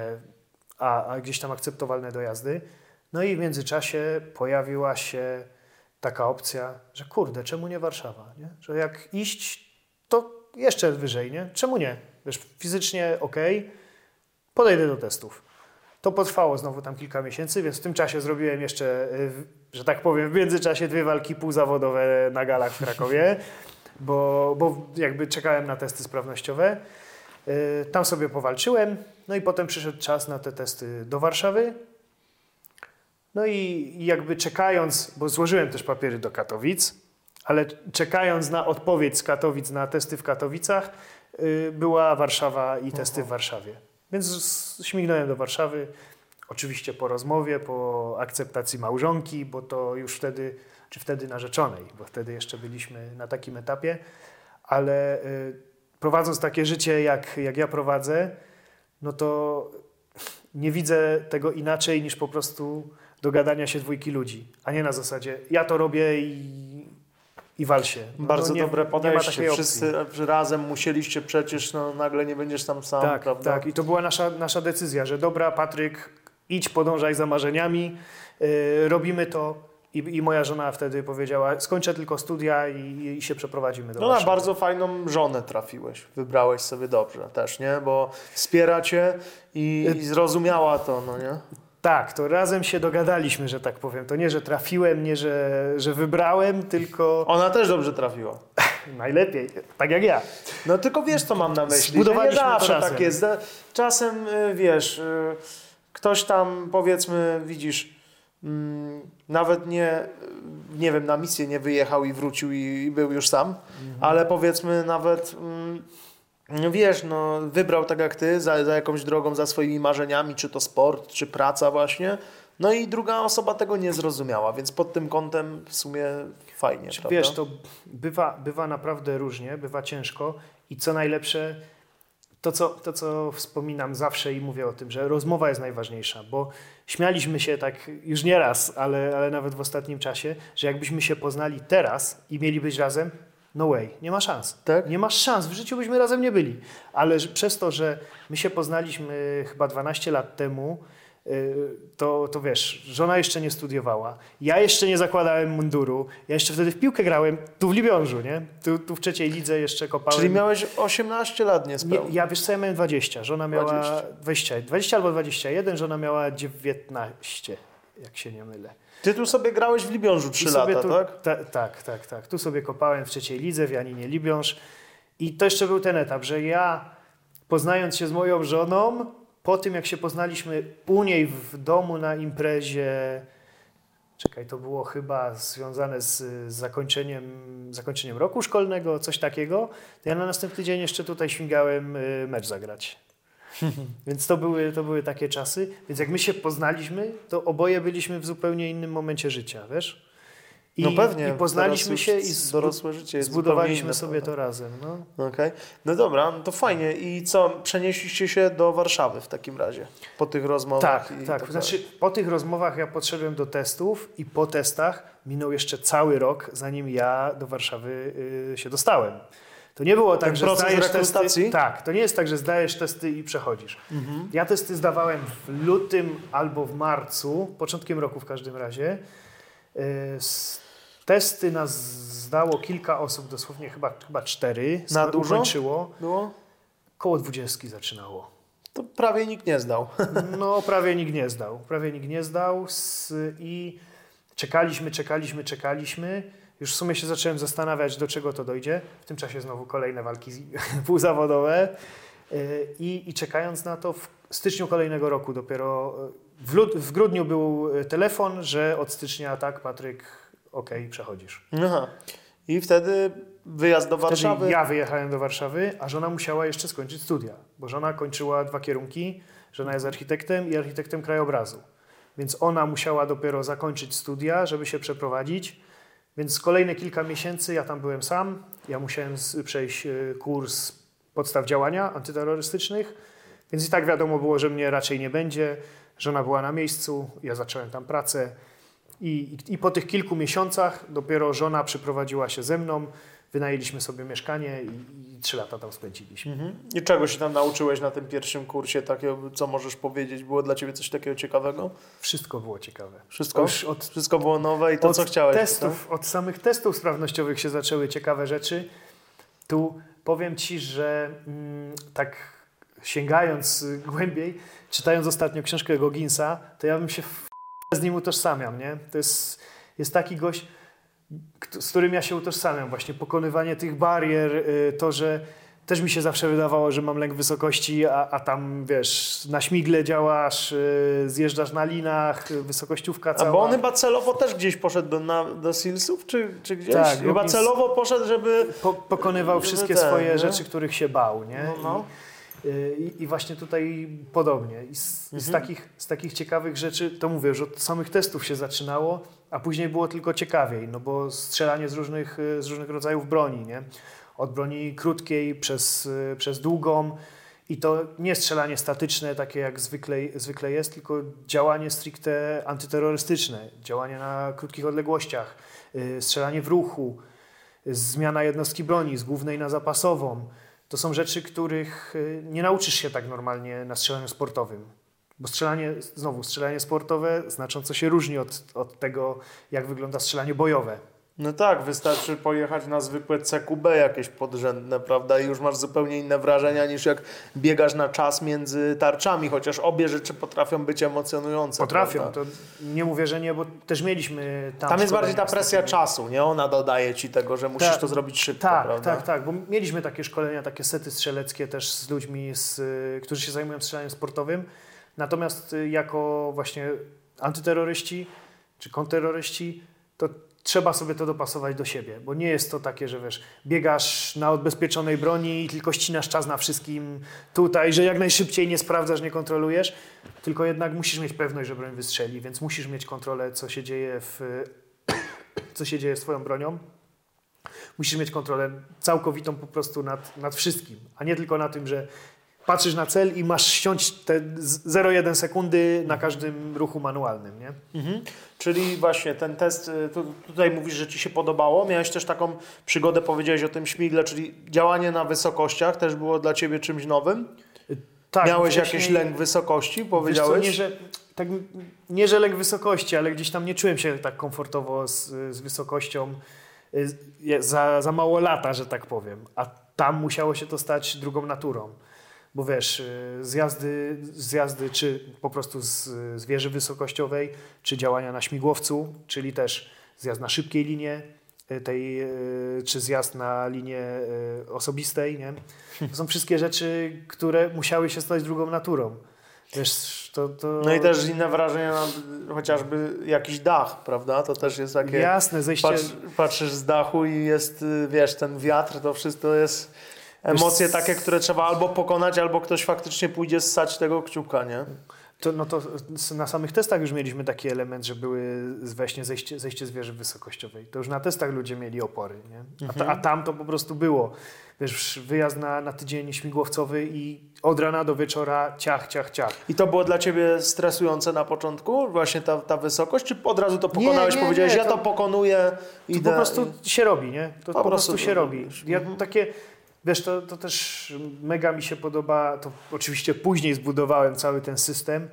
a gdzieś tam akceptowalne dojazdy. No i w międzyczasie pojawiła się taka opcja, że kurde, czemu nie Warszawa, nie? Że jak iść, to jeszcze wyżej, nie? Czemu nie? Wiesz, fizycznie okej, podejdę do testów. To potrwało znowu tam kilka miesięcy, więc w tym czasie zrobiłem jeszcze, że tak powiem, w międzyczasie 2 walki półzawodowe na galach w Krakowie, bo jakby czekałem na testy sprawnościowe. Tam sobie powalczyłem, no i potem przyszedł czas na te testy do Warszawy. No i jakby czekając, bo złożyłem też papiery do Katowic, ale czekając na odpowiedź z Katowic na testy w Katowicach, była Warszawa i testy w Warszawie. Więc śmignąłem do Warszawy, oczywiście po rozmowie, po akceptacji małżonki, bo to już wtedy narzeczonej, bo wtedy jeszcze byliśmy na takim etapie, ale prowadząc takie życie, jak ja prowadzę, no to nie widzę tego inaczej niż po prostu dogadania się 2 ludzi, a nie na zasadzie ja to robię i wal się. Bardzo dobre podejście. Nie ma takiej Wszyscy razem musieliście przecież, no nagle nie będziesz tam sam, tak, prawda? Tak, i to była nasza decyzja, że dobra, Patryk, idź, podążaj za marzeniami, robimy to. I moja żona wtedy powiedziała, skończę tylko studia i się przeprowadzimy do No na Warszawy. bardzo fajną żonę trafiłeś. Wybrałeś sobie dobrze też, nie? Bo wspiera cię i zrozumiała to, no nie? Tak, to razem się dogadaliśmy, że tak powiem. To nie, że trafiłem, nie, że wybrałem, tylko Ona też dobrze trafiła. najlepiej, tak jak ja. No tylko wiesz, co mam na myśli. Zbudowaliśmy Nie zawsze razem. tak jest. Czasem, wiesz, ktoś tam, powiedzmy, widzisz, nawet nie wiem, na misję nie wyjechał i wrócił i był już sam, ale powiedzmy nawet, wiesz, no wybrał tak jak ty, za jakąś drogą, za swoimi marzeniami, czy to sport, czy praca właśnie, no i druga osoba tego nie zrozumiała, więc pod tym kątem w sumie fajnie, prawda? Wiesz, to bywa naprawdę różnie, bywa ciężko i co najlepsze, to co wspominam zawsze i mówię o tym, że rozmowa jest najważniejsza, bo śmialiśmy się tak już nie raz, ale nawet w ostatnim czasie, że jakbyśmy się poznali teraz i mieli być razem, No way, nie ma szans. Tak? Nie masz szans, w życiu byśmy razem nie byli. Ale przez to, że my się poznaliśmy chyba 12 lat temu, to wiesz, żona jeszcze nie studiowała, ja jeszcze nie zakładałem munduru, ja jeszcze wtedy w piłkę grałem, tu w Libiążu, nie? Tu w trzeciej lidze jeszcze kopałem. Czyli miałeś 18 lat niespełna. Ja wiesz co, ja miałem 20, żona miała 20 albo 21, żona miała 19, jak się nie mylę. Ty tu sobie grałeś w Libiążu 3 lata, tak? Tak. Tu sobie kopałem w trzeciej lidze, w Janinie Libiąż. I to jeszcze był ten etap, że ja poznając się z moją żoną, po tym jak się poznaliśmy u niej w domu na imprezie, to było chyba związane z zakończeniem roku szkolnego, coś takiego, to ja na następny dzień jeszcze tutaj śmigałem mecz zagrać. Więc to były takie czasy. Więc jak my się poznaliśmy, to oboje byliśmy w zupełnie innym momencie życia, wiesz? No pewnie. I poznaliśmy się i dorosłe życie jest zbudowaliśmy zupełnie sobie to razem. No. Okej. No dobra, to fajnie. I co, przenieśliście się do Warszawy w takim razie? Po tych rozmowach? Tak. Znaczy, po tych rozmowach ja podszedłem do testów i po testach minął jeszcze cały rok, zanim ja do Warszawy się dostałem. To nie było tak, że zdajesz testy. Tak, to nie jest tak, że zdajesz testy i przechodzisz. Ja testy zdawałem w lutym albo w marcu, początkiem roku w każdym razie. Testy nas zdało kilka osób, dosłownie chyba 4. Na dużo Ukończyło. było? Koło 20 zaczynało. To prawie nikt nie zdał. No, prawie nikt nie zdał. I czekaliśmy. Już w sumie się zacząłem zastanawiać, do czego to dojdzie. W tym czasie znowu kolejne walki półzawodowe. I czekając na to, w styczniu kolejnego roku dopiero, w grudniu był telefon, że od stycznia tak, Patryk, okej, przechodzisz. Aha. I wtedy wyjazd do Warszawy? Wtedy ja wyjechałem do Warszawy, a żona musiała jeszcze skończyć studia, bo żona kończyła 2 kierunki. Żona jest architektem i architektem krajobrazu. Więc ona musiała dopiero zakończyć studia, żeby się przeprowadzić. Więc kolejne kilka miesięcy ja tam byłem sam. Ja musiałem przejść kurs podstaw działania antyterrorystycznych. Więc i tak wiadomo było, że mnie raczej nie będzie. Żona była na miejscu, ja zacząłem tam pracę. I po tych kilku miesiącach dopiero żona przyprowadziła się ze mną. Wynajęliśmy sobie mieszkanie i 3 lata tam spędziliśmy. I czego się tam nauczyłeś na tym pierwszym kursie? Takiego, co możesz powiedzieć? Było dla Ciebie coś takiego ciekawego? Wszystko było ciekawe. Wszystko? Wszystko było nowe i to, co chciałeś? Od samych testów sprawnościowych się zaczęły ciekawe rzeczy. Tu powiem Ci, że tak sięgając głębiej, czytając ostatnio książkę Gogginsa, to ja bym się z nim utożsamiam, nie? To jest taki gość, z którym ja się utożsamiam, właśnie pokonywanie tych barier, to, że też mi się zawsze wydawało, że mam lęk wysokości, a tam, wiesz, na śmigle działasz, zjeżdżasz na linach, wysokościówka cała. A bo on chyba celowo też gdzieś poszedł do Sealsów, czy gdzieś? Tak, chyba celowo poszedł, żeby... Pokonywał wszystkie swoje rzeczy, których się bał, nie? No. I właśnie tutaj podobnie. I z takich ciekawych rzeczy, to mówię, że od samych testów się zaczynało, a później było tylko ciekawiej, no bo strzelanie z różnych rodzajów broni, nie? Od broni krótkiej przez długą i to nie strzelanie statyczne, takie jak zwykle jest, tylko działanie stricte antyterrorystyczne, działanie na krótkich odległościach, strzelanie w ruchu, zmiana jednostki broni z głównej na zapasową. To są rzeczy, których nie nauczysz się tak normalnie na strzelaniu sportowym. Bo strzelanie sportowe znacząco się różni od tego, jak wygląda strzelanie bojowe. No tak, wystarczy pojechać na zwykłe CQB jakieś podrzędne, prawda? I już masz zupełnie inne wrażenia niż jak biegasz na czas między tarczami, chociaż obie rzeczy potrafią być emocjonujące. Potrafią, prawda? to nie mówię, że nie, bo też mieliśmy tam jest bardziej ta presja czasu, nie? Ona dodaje ci tego, że musisz to zrobić szybko, prawda? Tak, bo mieliśmy takie szkolenia, takie sety strzeleckie też z ludźmi, którzy się zajmują strzelaniem sportowym. Natomiast jako właśnie antyterroryści czy kontrterroryści, to trzeba sobie to dopasować do siebie, bo nie jest to takie, że wiesz, biegasz na odbezpieczonej broni i tylko ccinasz czas na wszystkim tutaj, że jak najszybciej nie sprawdzasz, nie kontrolujesz, tylko jednak musisz mieć pewność, że broń wystrzeli, więc musisz mieć kontrolę, co się dzieje z twoją bronią. Musisz mieć kontrolę całkowitą po prostu nad wszystkim, a nie tylko na tym, że patrzysz na cel i masz ściąć te 0,1 sekundy na każdym ruchu manualnym, nie? Czyli właśnie ten test, tutaj mówisz, że Ci się podobało. Miałeś też taką przygodę, powiedziałeś o tym śmigle, czyli działanie na wysokościach też było dla Ciebie czymś nowym? Tak, Miałeś wcześniej- jakiś lęk wysokości, Wiesz powiedziałeś? co, nie, że lęk wysokości, ale gdzieś tam nie czułem się tak komfortowo z wysokością za mało lata, że tak powiem. A tam musiało się to stać drugą naturą. Bo wiesz, zjazdy czy po prostu z wieży wysokościowej, czy działania na śmigłowcu, czyli też zjazd na szybkiej linie, czy zjazd na linię osobistej, nie? To są wszystkie rzeczy, które musiały się stać drugą naturą. Wiesz, to... No i też inne wrażenia, chociażby jakiś dach, prawda? To też jest takie... Jasne, zejście... Patrzysz z dachu i jest, wiesz, ten wiatr, to wszystko jest emocje takie, które trzeba albo pokonać, albo ktoś faktycznie pójdzie ssać tego kciuka, nie? To na samych testach już mieliśmy taki element, że były właśnie zejście z wieży wysokościowej. To już na testach ludzie mieli opory, nie? A tam to po prostu było. Wiesz, wyjazd na tydzień śmigłowcowy i od rana do wieczora ciach. I to było dla Ciebie stresujące na początku? Właśnie ta wysokość? Czy od razu to pokonałeś, powiedziałeś, ja to pokonuję, idę? To po prostu się robi, nie? To po prostu się robi. robisz. Ja takie... Wiesz, to też mega mi się podoba, to oczywiście później zbudowałem cały ten system,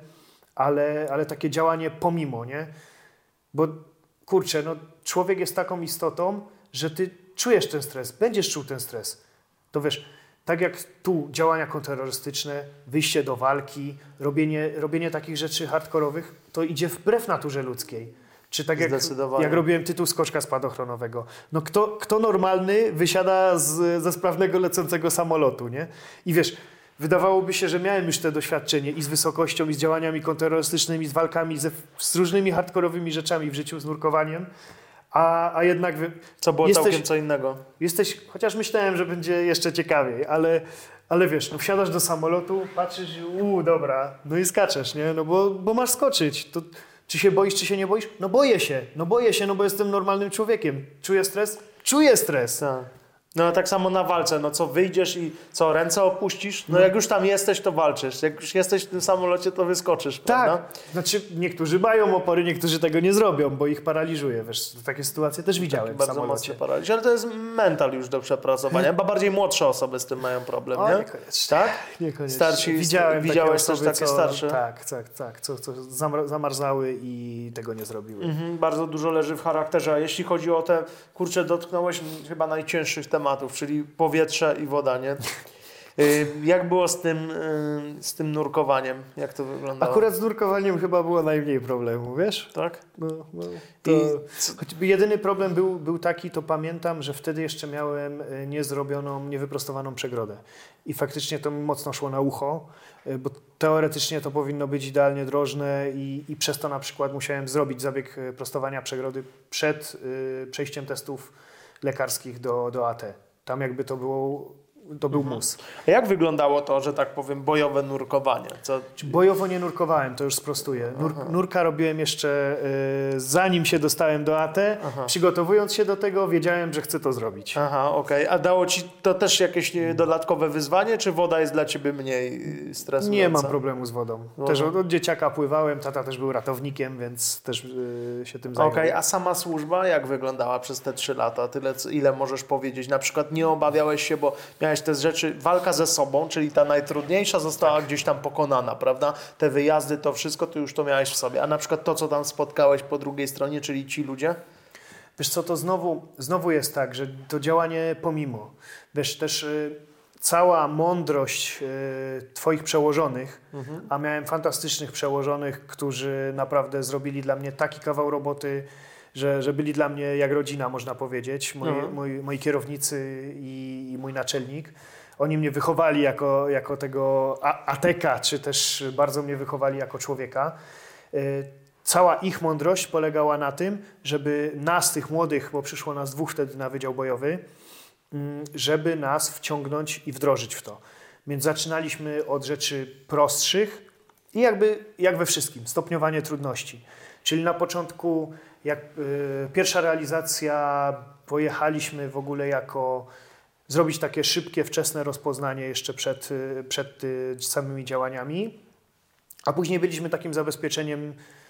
ale takie działanie pomimo, nie? Bo kurczę, no człowiek jest taką istotą, że ty czujesz ten stres, będziesz czuł ten stres. To wiesz, tak jak tu działania kontrterrorystyczne, wyjście do walki, robienie takich rzeczy hardkorowych, to idzie wbrew naturze ludzkiej. Czy tak jak robiłem tytuł skoczka spadochronowego. No kto normalny wysiada ze sprawnego lecącego samolotu, nie? I wiesz, wydawałoby się, że miałem już te doświadczenie i z wysokością, i z działaniami kontrterrorystycznymi, z walkami, z różnymi hardkorowymi rzeczami w życiu, z nurkowaniem, a jednak... Co było całkiem co innego. Chociaż myślałem, że będzie jeszcze ciekawiej, ale wiesz, no wsiadasz do samolotu, patrzysz i dobra, no i skaczesz, nie? No bo masz skoczyć. To, czy się boisz, czy się nie boisz? No boję się, bo jestem normalnym człowiekiem. Czuję stres? Czuję stres. Tak. No tak samo na walce, no co wyjdziesz i co, ręce opuścisz? No jak już tam jesteś, to walczysz. Jak już jesteś w tym samolocie, to wyskoczysz, prawda? Tak, znaczy niektórzy mają opory, niektórzy tego nie zrobią, bo ich paraliżuje. Wiesz, takie sytuacje też widziałem w Bardzo samolocie. mocny paraliż, ale to jest mental już do przepracowania. Chyba bardziej młodsze osoby z tym mają problem, nie? Niekoniecznie. Tak? Niekoniecznie. Starsi, widziałeś też takie starsze? Tak, co zamarzały i tego nie zrobiły. Bardzo dużo leży w charakterze, a jeśli chodzi o te, kurczę, dotknąłeś chyba najcięższych tematów, czyli powietrze i woda, nie? Jak było z tym nurkowaniem? Jak to wyglądało? Akurat z nurkowaniem chyba było najmniej problemu, wiesz? Tak? Choćby jedyny problem był taki, to pamiętam, że wtedy jeszcze miałem niewyprostowaną przegrodę. I faktycznie to mi mocno szło na ucho, bo teoretycznie to powinno być idealnie drożne i przez to na przykład musiałem zrobić zabieg prostowania przegrody przed przejściem testów lekarskich do AT. Tam jakby to był mus. A jak wyglądało to, że tak powiem, bojowe nurkowanie? Bojowo nie nurkowałem, to już sprostuję. Nurka robiłem jeszcze zanim się dostałem do AT. Przygotowując się do tego, wiedziałem, że chcę to zrobić. Aha, okej. A dało Ci to też jakieś dodatkowe wyzwanie, czy woda jest dla Ciebie mniej stresująca? Nie mam problemu z wodą. Też od dzieciaka pływałem, tata też był ratownikiem, więc też się tym zajmował. Okej, a sama służba jak wyglądała przez te 3 lata? Ile możesz powiedzieć? Na przykład nie obawiałeś się, bo miałeś te rzeczy, walka ze sobą, czyli ta najtrudniejsza została gdzieś tam pokonana, prawda? Te wyjazdy, to wszystko, ty już to miałeś w sobie. A na przykład to, co tam spotkałeś po drugiej stronie, czyli ci ludzie? Wiesz co, to znowu jest tak, że to działanie pomimo. Wiesz, też cała mądrość twoich przełożonych, a miałem fantastycznych przełożonych, którzy naprawdę zrobili dla mnie taki kawał roboty, że byli dla mnie jak rodzina, można powiedzieć. Moi kierownicy i mój naczelnik. Oni mnie wychowali jako tego ateka, czy też bardzo mnie wychowali jako człowieka. Cała ich mądrość polegała na tym, żeby nas, tych młodych, bo przyszło nas 2 wtedy na Wydział Bojowy, żeby nas wciągnąć i wdrożyć w to. Więc zaczynaliśmy od rzeczy prostszych i jak we wszystkim, stopniowanie trudności. Czyli na początku, jak pierwsza realizacja, pojechaliśmy w ogóle jako zrobić takie szybkie, wczesne rozpoznanie jeszcze przed samymi działaniami, a później byliśmy takim zabezpieczeniem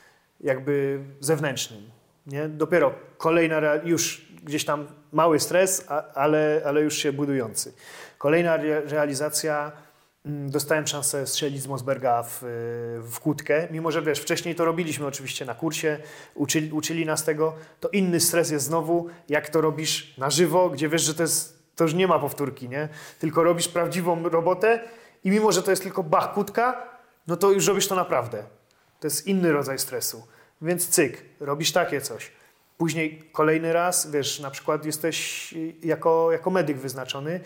jakby zewnętrznym. Nie? Dopiero kolejna, już gdzieś tam mały stres, ale już się budujący. Kolejna realizacja, dostałem szansę strzelić z Mosberga w kłódkę, mimo że wiesz, wcześniej to robiliśmy oczywiście na kursie, uczyli nas tego, to inny stres jest znowu, jak to robisz na żywo, gdzie wiesz, że to już nie ma powtórki, nie? Tylko robisz prawdziwą robotę i mimo, że to jest tylko kłódka, no to już robisz to naprawdę. To jest inny rodzaj stresu. Więc cyk, robisz takie coś. Później kolejny raz, wiesz, na przykład jesteś jako medyk wyznaczony.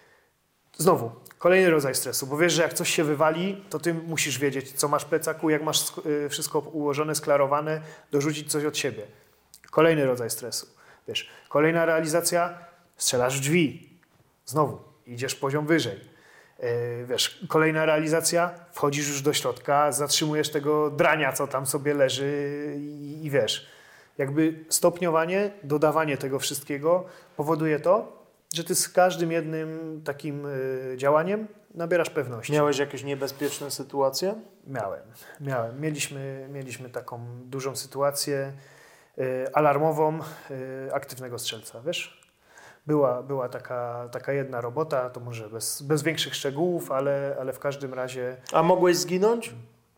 Znowu, kolejny rodzaj stresu, bo wiesz, że jak coś się wywali, to ty musisz wiedzieć, co masz w plecaku, jak masz wszystko ułożone, sklarowane, dorzucić coś od siebie. Kolejny rodzaj stresu. Wiesz, kolejna realizacja, strzelasz w drzwi. Znowu, idziesz poziom wyżej. Wiesz, kolejna realizacja, wchodzisz już do środka, zatrzymujesz tego drania, co tam sobie leży i wiesz, jakby stopniowanie, dodawanie tego wszystkiego powoduje to, że ty z każdym jednym takim działaniem nabierasz pewności. Miałeś jakieś niebezpieczne sytuacje? Miałem. Mieliśmy taką dużą sytuację alarmową aktywnego strzelca, wiesz? Była taka jedna robota, to może bez większych szczegółów, ale w każdym razie... A mogłeś zginąć?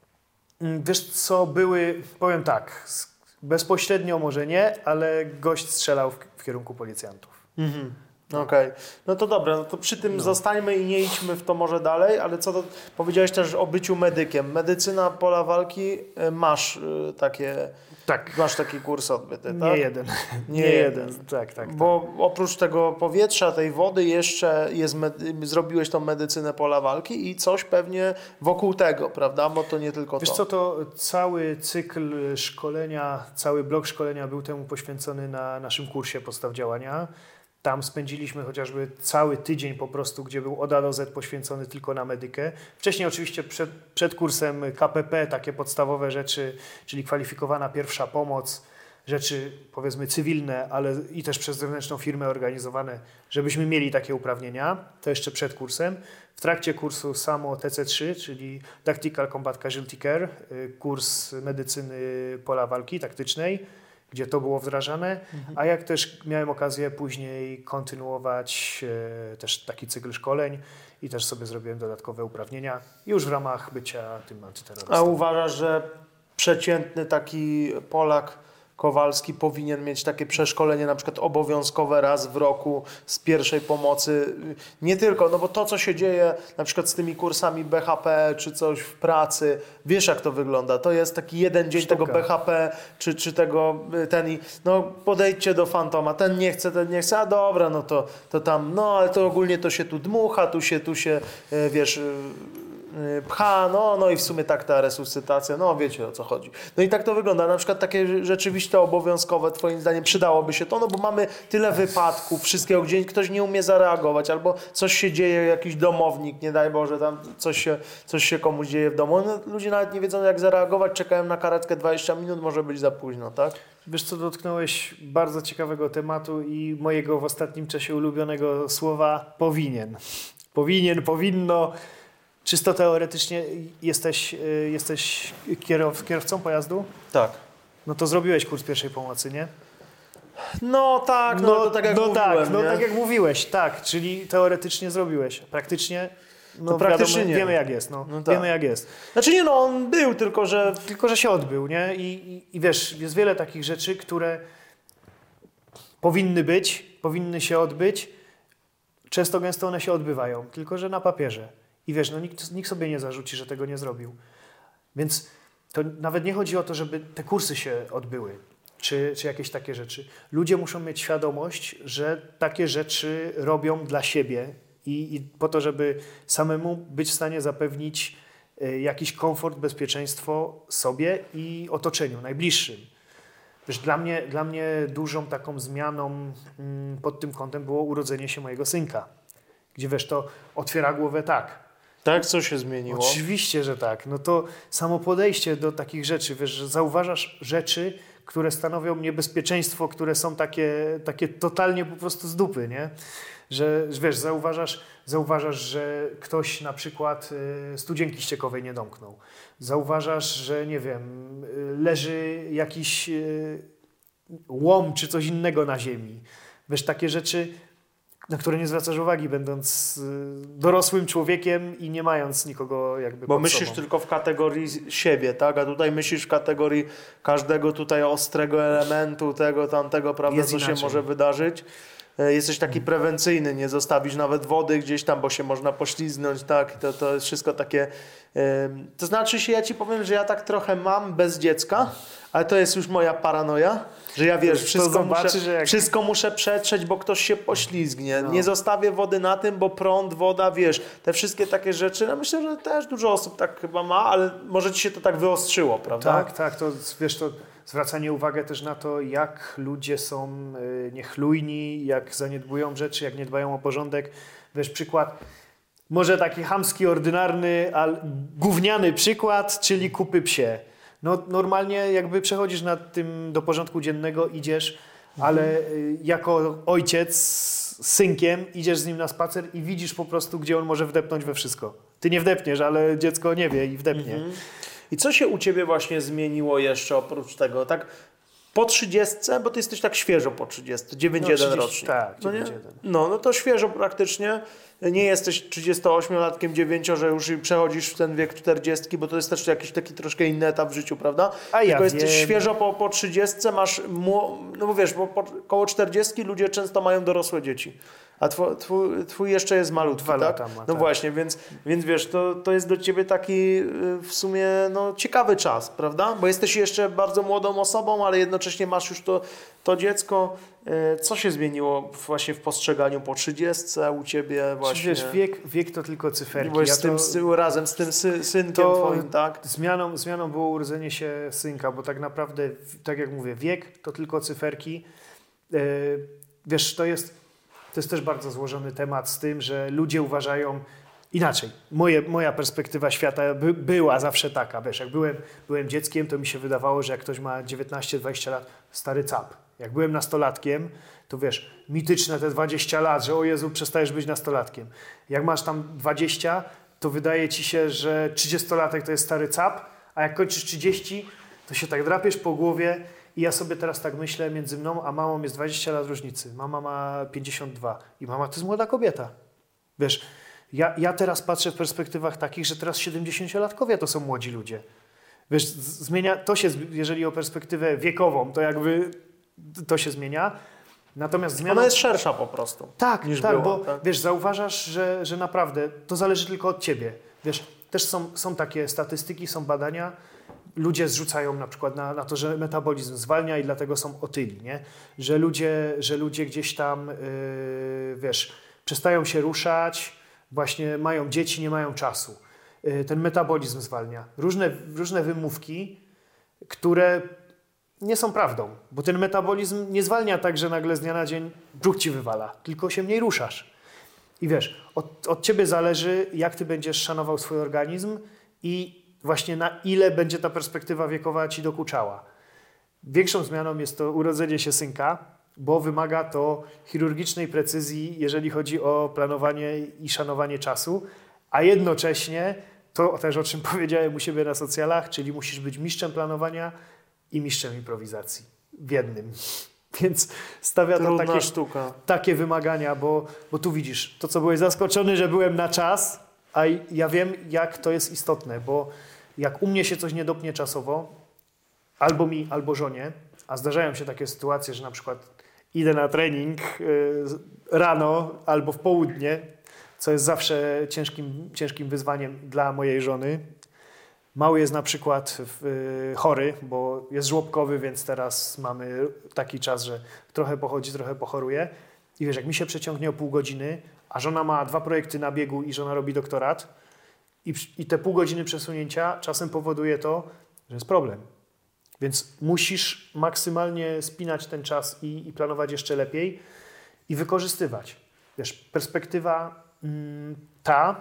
Wiesz co, powiem tak, bezpośrednio może nie, ale gość strzelał w kierunku policjantów. Mhm. Okej. No to dobra, no to przy tym zostańmy i nie idźmy w to może dalej, ale powiedziałeś też o byciu medykiem. Medycyna pola walki, masz takie... Tak. Masz taki kurs odbyty, Nie tak? jeden. Nie jeden. Tak. Bo oprócz tego powietrza, tej wody jeszcze zrobiłeś tą medycynę pola walki i coś pewnie wokół tego, prawda? Bo to nie tylko Wiesz to. co, to cały cykl szkolenia, cały blok szkolenia był temu poświęcony na naszym kursie podstaw działania. Tam spędziliśmy chociażby cały tydzień po prostu, gdzie był od A do Z poświęcony tylko na medykę. Wcześniej oczywiście przed kursem KPP takie podstawowe rzeczy, czyli kwalifikowana pierwsza pomoc, rzeczy powiedzmy cywilne, ale i też przez zewnętrzną firmę organizowane, żebyśmy mieli takie uprawnienia. To jeszcze przed kursem. W trakcie kursu samo TC3, czyli Tactical Combat Casualty Care, kurs medycyny pola walki taktycznej, gdzie to było wdrażane, a jak też miałem okazję później kontynuować też taki cykl szkoleń i też sobie zrobiłem dodatkowe uprawnienia już w ramach bycia tym antyterrorystą. A uważasz, że przeciętny taki Polak Kowalski powinien mieć takie przeszkolenie na przykład obowiązkowe raz w roku z pierwszej pomocy? Nie tylko, no bo to co się dzieje na przykład z tymi kursami BHP czy coś w pracy, wiesz jak to wygląda, to jest taki jeden dzień tego BHP czy tego no podejdźcie do fantoma, ten nie chce, a dobra, no to tam, no ale to ogólnie to się tu dmucha, tu się wiesz... pcha, no i w sumie tak ta resuscytacja, no wiecie o co chodzi. No i tak to wygląda. Na przykład takie rzeczywiście obowiązkowe, twoim zdaniem przydałoby się to, no bo mamy tyle wypadków, wszystkiego, gdzie ktoś nie umie zareagować, albo coś się dzieje, jakiś domownik, nie daj Boże, tam coś się komuś dzieje w domu. No, ludzie nawet nie wiedzą jak zareagować, czekają na karetkę 20 minut, może być za późno, tak? Wiesz co, dotknąłeś bardzo ciekawego tematu i mojego w ostatnim czasie ulubionego słowa powinien. Powinno. Czysto teoretycznie jesteś kierowcą pojazdu? Tak. No to zrobiłeś kurs pierwszej pomocy, nie? No tak, to tak jak mówiłem. Tak jak mówiłeś, tak, czyli teoretycznie zrobiłeś. Praktycznie, to praktycznie wiadomo, nie. Wiemy jak jest, tak. Wiemy jak jest. Znaczy nie, no on był, tylko że się odbył, nie? I wiesz, jest wiele takich rzeczy, które powinny się odbyć. Często gęsto one się odbywają, tylko że na papierze. I wiesz, no nikt sobie nie zarzuci, że tego nie zrobił. Więc to nawet nie chodzi o to, żeby te kursy się odbyły, czy jakieś takie rzeczy. Ludzie muszą mieć świadomość, że takie rzeczy robią dla siebie i po to, żeby samemu być w stanie zapewnić jakiś komfort, bezpieczeństwo sobie i otoczeniu najbliższym. Wiesz, dla mnie dużą taką zmianą pod tym kątem było urodzenie się mojego synka, gdzie wiesz, to otwiera głowę tak. Tak, co się zmieniło? Oczywiście, że tak. No to samo podejście do takich rzeczy, wiesz, że zauważasz rzeczy, które stanowią niebezpieczeństwo, które są takie totalnie po prostu z dupy, nie? że wiesz, zauważasz, że ktoś na przykład studzienki ściekowej nie domknął. Zauważasz, że nie wiem, leży jakiś łom czy coś innego na ziemi. Wiesz, takie rzeczy, na które nie zwracasz uwagi, będąc dorosłym człowiekiem i nie mając nikogo jakby Bo pod myślisz sobą. tylko w kategorii siebie, tak? A tutaj myślisz w kategorii każdego tutaj ostrego elementu, tego, tamtego, prawda, Jest co się inaczej. może wydarzyć. Jesteś taki prewencyjny, nie zostawisz nawet wody gdzieś tam, bo się można pośliznąć, tak? To jest wszystko takie... To znaczy się, ja ci powiem, że ja tak trochę mam bez dziecka, ale to jest już moja paranoja, że ja wiesz, wszystko muszę przetrzeć, bo ktoś się poślizgnie. No. Nie zostawię wody na tym, bo prąd, woda, wiesz, te wszystkie takie rzeczy. No myślę, że też dużo osób tak chyba ma, ale może ci się to tak wyostrzyło, prawda? Tak, to wiesz, to zwracanie uwagi też na to, jak ludzie są niechlujni, jak zaniedbują rzeczy, jak nie dbają o porządek. Wiesz, przykład, może taki chamski, ordynarny, ale gówniany przykład, czyli kupy psie. No normalnie jakby przechodzisz nad tym do porządku dziennego, idziesz, ale jako ojciec z synkiem idziesz z nim na spacer i widzisz po prostu, gdzie on może wdepnąć we wszystko. Ty nie wdepniesz, ale dziecko nie wie i wdepnie. I co się u ciebie właśnie zmieniło jeszcze oprócz tego? Tak po 30, bo ty jesteś tak świeżo po 30, 9-1 rocznik. Tak, no, 9-1. no to świeżo praktycznie. Nie jesteś 38-latkiem 9, że już przechodzisz w ten wiek 40, bo to jest też jakiś taki troszkę inny etap w życiu, prawda? A ja Tylko jesteś wiem. świeżo po 30, masz, no bo wiesz, bo koło 40 ludzie często mają dorosłe dzieci. A twój jeszcze jest malutki, 2 tak? lata ma, No tak. właśnie, więc wiesz, to jest do ciebie taki w sumie no, ciekawy czas, prawda? Bo jesteś jeszcze bardzo młodą osobą, ale jednocześnie masz już to dziecko. Co się zmieniło właśnie w postrzeganiu po 30 u ciebie właśnie? Wiesz, wiek to tylko cyferki. Byłeś razem z tym synkiem twoim, tak? Zmianą było urodzenie się synka, bo tak naprawdę, tak jak mówię, wiek to tylko cyferki. Wiesz, to jest też bardzo złożony temat z tym, że ludzie uważają inaczej. Moja perspektywa świata była zawsze taka. Wiesz, jak byłem dzieckiem, to mi się wydawało, że jak ktoś ma 19-20 lat, stary cap. Jak byłem nastolatkiem, to wiesz, mityczne te 20 lat, że o Jezu, przestajesz być nastolatkiem. Jak masz tam 20, to wydaje ci się, że 30-latek to jest stary cap, a jak kończysz 30, to się tak drapiesz po głowie. I ja sobie teraz tak myślę, między mną a mamą jest 20 lat różnicy. Mama ma 52 i mama to jest młoda kobieta. Wiesz, ja teraz patrzę w perspektywach takich, że teraz 70-latkowie to są młodzi ludzie. Wiesz, zmienia to się, jeżeli o perspektywę wiekową, to jakby to się zmienia. Natomiast zmiana... Ona jest szersza po prostu. Tak, niż tak, była, bo tak? wiesz, zauważasz, że naprawdę to zależy tylko od ciebie. Wiesz, też są takie statystyki, są badania. Ludzie zrzucają na przykład na to, że metabolizm zwalnia i dlatego są otyli, nie? Że ludzie gdzieś tam, wiesz, przestają się ruszać, właśnie mają dzieci, nie mają czasu. Ten metabolizm zwalnia. Różne wymówki, które nie są prawdą, bo ten metabolizm nie zwalnia tak, że nagle z dnia na dzień brzuch ci wywala, tylko się mniej ruszasz. I wiesz, od ciebie zależy, jak ty będziesz szanował swój organizm i właśnie na ile będzie ta perspektywa wiekowa ci dokuczała. Większą zmianą jest to urodzenie się synka, bo wymaga to chirurgicznej precyzji, jeżeli chodzi o planowanie i szanowanie czasu, a jednocześnie to też, o czym powiedziałem u siebie na socjalach, czyli musisz być mistrzem planowania i mistrzem improwizacji w jednym. Więc stawia to takie wymagania, bo tu widzisz, to co byłeś zaskoczony, że byłem na czas, a ja wiem, jak to jest istotne, bo jak u mnie się coś nie dopnie czasowo, albo mi, albo żonie, a zdarzają się takie sytuacje, że na przykład idę na trening rano albo w południe, co jest zawsze ciężkim wyzwaniem dla mojej żony. Mały jest na przykład chory, bo jest żłobkowy, więc teraz mamy taki czas, że trochę pochodzi, trochę pochoruje. I wiesz, jak mi się przeciągnie o pół godziny, a żona ma 2 projekty na biegu i żona robi doktorat i te pół godziny przesunięcia czasem powoduje to, że jest problem. Więc musisz maksymalnie spinać ten czas i planować jeszcze lepiej i wykorzystywać. Wiesz, perspektywa ta,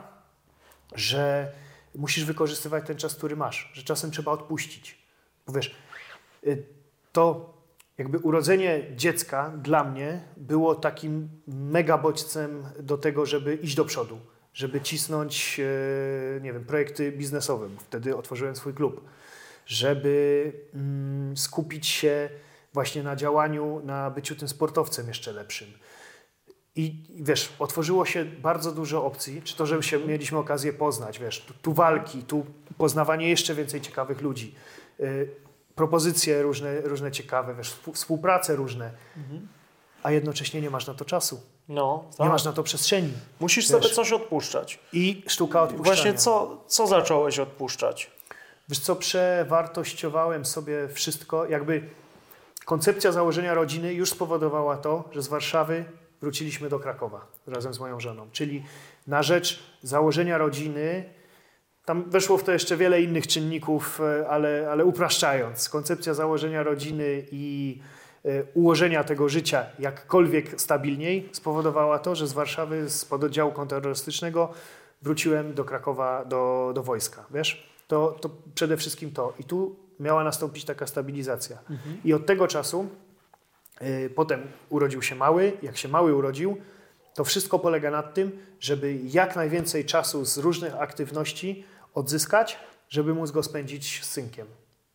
że musisz wykorzystywać ten czas, który masz, że czasem trzeba odpuścić. Bo wiesz, to jakby urodzenie dziecka dla mnie było takim mega bodźcem do tego, żeby iść do przodu, żeby cisnąć, nie wiem, projekty biznesowe, bo wtedy otworzyłem swój klub, żeby skupić się właśnie na działaniu, na byciu tym sportowcem jeszcze lepszym. I wiesz, otworzyło się bardzo dużo opcji, czy to, że mieliśmy okazję poznać, wiesz, tu walki, tu poznawanie jeszcze więcej ciekawych ludzi, propozycje różne ciekawe, wiesz, współprace różne, a jednocześnie nie masz na to czasu. No, tak. Nie masz na to przestrzeni. Musisz wiesz. sobie coś odpuszczać. I sztuka odpuszczania. Właśnie co zacząłeś odpuszczać? Wiesz co, przewartościowałem sobie wszystko, jakby koncepcja założenia rodziny już spowodowała to, że z Warszawy wróciliśmy do Krakowa razem z moją żoną. Czyli na rzecz założenia rodziny, tam weszło w to jeszcze wiele innych czynników, ale upraszczając, koncepcja założenia rodziny i ułożenia tego życia jakkolwiek stabilniej spowodowała to, że z Warszawy, z pododdziału kontrterrorystycznego wróciłem do Krakowa, do wojska, wiesz? To przede wszystkim to. I tu miała nastąpić taka stabilizacja. I od tego czasu potem urodził się mały. Jak się mały urodził, to wszystko polega na tym, żeby jak najwięcej czasu z różnych aktywności odzyskać, żeby móc go spędzić z synkiem.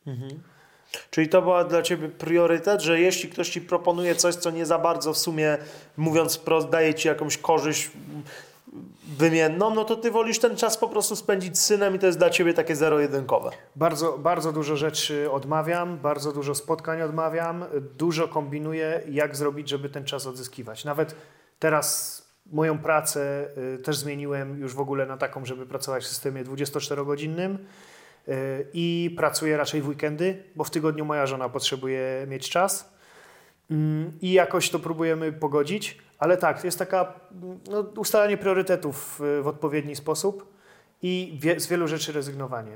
Czyli to była dla Ciebie priorytet, że jeśli ktoś Ci proponuje coś, co nie za bardzo w sumie, mówiąc wprost, daje Ci jakąś korzyść wymienną, no to Ty wolisz ten czas po prostu spędzić z synem i to jest dla Ciebie takie zero-jedynkowe. Bardzo, bardzo dużo rzeczy odmawiam, bardzo dużo spotkań odmawiam, dużo kombinuję, jak zrobić, żeby ten czas odzyskiwać. Nawet teraz moją pracę też zmieniłem już w ogóle na taką, żeby pracować w systemie 24-godzinnym i pracuję raczej w weekendy, bo w tygodniu moja żona potrzebuje mieć czas i jakoś to próbujemy pogodzić, ale tak, jest taka ustalanie priorytetów w odpowiedni sposób i z wielu rzeczy rezygnowanie.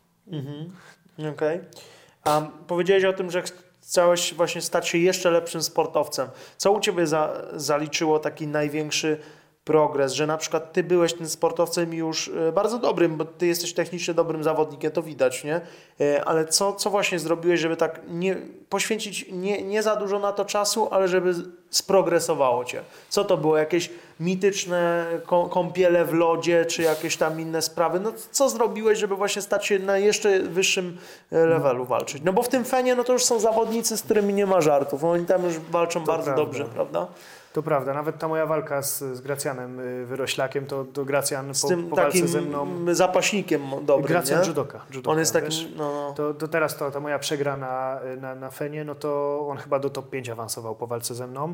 Okej. A powiedziałeś o tym, że chciałeś właśnie stać się jeszcze lepszym sportowcem. Co u Ciebie zaliczyło taki największy progres, że na przykład Ty byłeś tym sportowcem już bardzo dobrym, bo Ty jesteś technicznie dobrym zawodnikiem, to widać, nie? Ale co właśnie zrobiłeś, żeby tak poświęcić nie za dużo na to czasu, ale żeby sprogresowało Cię? Co to było? Jakieś mityczne kąpiele w lodzie, czy jakieś tam inne sprawy? No co zrobiłeś, żeby właśnie stać się na jeszcze wyższym levelu walczyć? No bo w tym Fenie no to już są zawodnicy, z którymi nie ma żartów. Oni tam już walczą bardzo prawda. dobrze, prawda? To prawda, nawet ta moja walka z Gracjanem Wyroślakiem, to Gracjan z tym po walce takim ze mną... zapaśnikiem dobrym, Gracjan nie? judoka, On jest taki... wiesz? No. To teraz ta moja przegra na Fenie, no to on chyba do top 5 awansował po walce ze mną.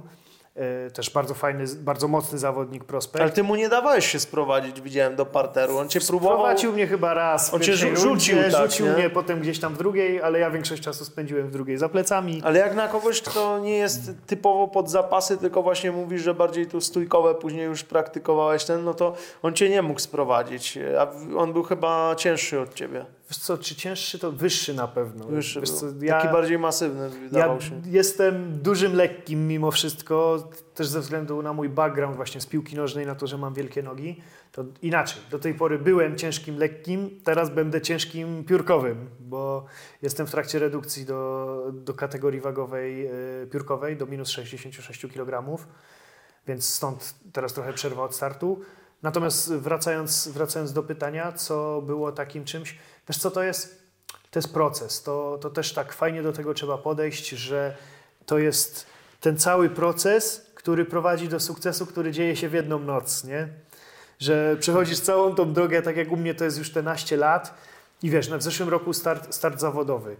Też bardzo fajny, bardzo mocny zawodnik, prospekt. Ale Ty mu nie dawałeś się sprowadzić, widziałem, do parteru. On Cię próbował... Prowadził mnie chyba raz. On Cię rzucił, rzucił tak, mnie potem gdzieś tam w drugiej, ale ja większość czasu spędziłem w drugiej za plecami. Ale jak na kogoś, kto nie jest typowo pod zapasy, tylko właśnie mówisz, że bardziej tu stójkowe, później już praktykowałeś no to on Cię nie mógł sprowadzić. A on był chyba cięższy od Ciebie. Wiesz co, czy cięższy, to wyższy na pewno. Wyższy Wiesz był. co, Taki bardziej masywny wydawał się. Jestem dużym lekkim mimo wszystko, też ze względu na mój background właśnie z piłki nożnej, na to, że mam wielkie nogi. To inaczej, do tej pory byłem ciężkim lekkim, teraz będę ciężkim piórkowym, bo jestem w trakcie redukcji do kategorii wagowej piórkowej, do minus 66 kg, więc stąd teraz trochę przerwa od startu. Natomiast wracając do pytania, co było takim czymś, wiesz co to jest? To jest proces, to też tak fajnie do tego trzeba podejść, że to jest ten cały proces, który prowadzi do sukcesu, który dzieje się w jedną noc, nie? Że przechodzisz całą tą drogę, tak jak u mnie to jest już 14 lat i wiesz, w zeszłym roku start zawodowy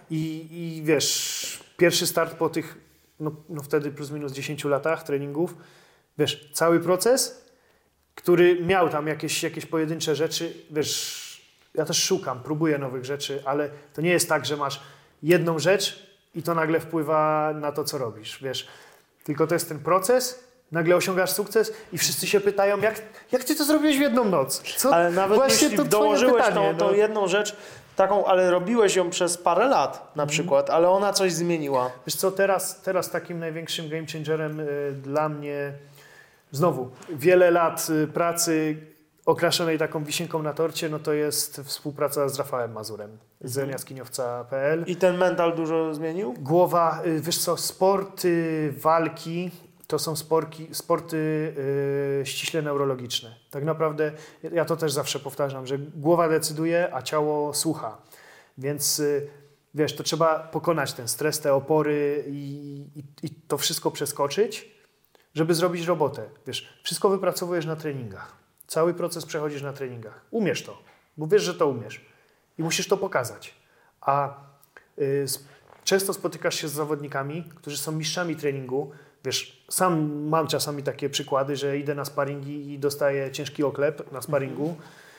i wiesz, pierwszy start po tych, no wtedy plus minus 10 latach treningów, wiesz, cały proces, który miał tam jakieś pojedyncze rzeczy, wiesz, ja też szukam, próbuję nowych rzeczy, ale to nie jest tak, że masz jedną rzecz i to nagle wpływa na to, co robisz, wiesz. Tylko to jest ten proces, nagle osiągasz sukces i wszyscy się pytają, jak ty to zrobiłeś w jedną noc? Co? Ale nawet Właśnie jeśli to dołożyłeś pytanie, tą jedną rzecz, taką, ale robiłeś ją przez parę lat na przykład, ale ona coś zmieniła. Wiesz co, teraz takim największym game changerem dla mnie, znowu, wiele lat pracy, okraszonej taką wisienką na torcie, no to jest współpraca z Rafałem Mazurem z jaskiniowca.pl. I ten mental dużo zmienił? Głowa, wiesz co, sporty walki to są sporty ściśle neurologiczne. Tak naprawdę, ja to też zawsze powtarzam, że głowa decyduje, a ciało słucha. Więc wiesz, to trzeba pokonać ten stres, te opory i to wszystko przeskoczyć, żeby zrobić robotę. Wiesz, wszystko wypracowujesz na treningach. Cały proces przechodzisz na treningach. Umiesz to, bo wiesz, że to umiesz. I musisz to pokazać. A często spotykasz się z zawodnikami, którzy są mistrzami treningu. Wiesz, sam mam czasami takie przykłady, że idę na sparingi i dostaję ciężki oklep na sparingu.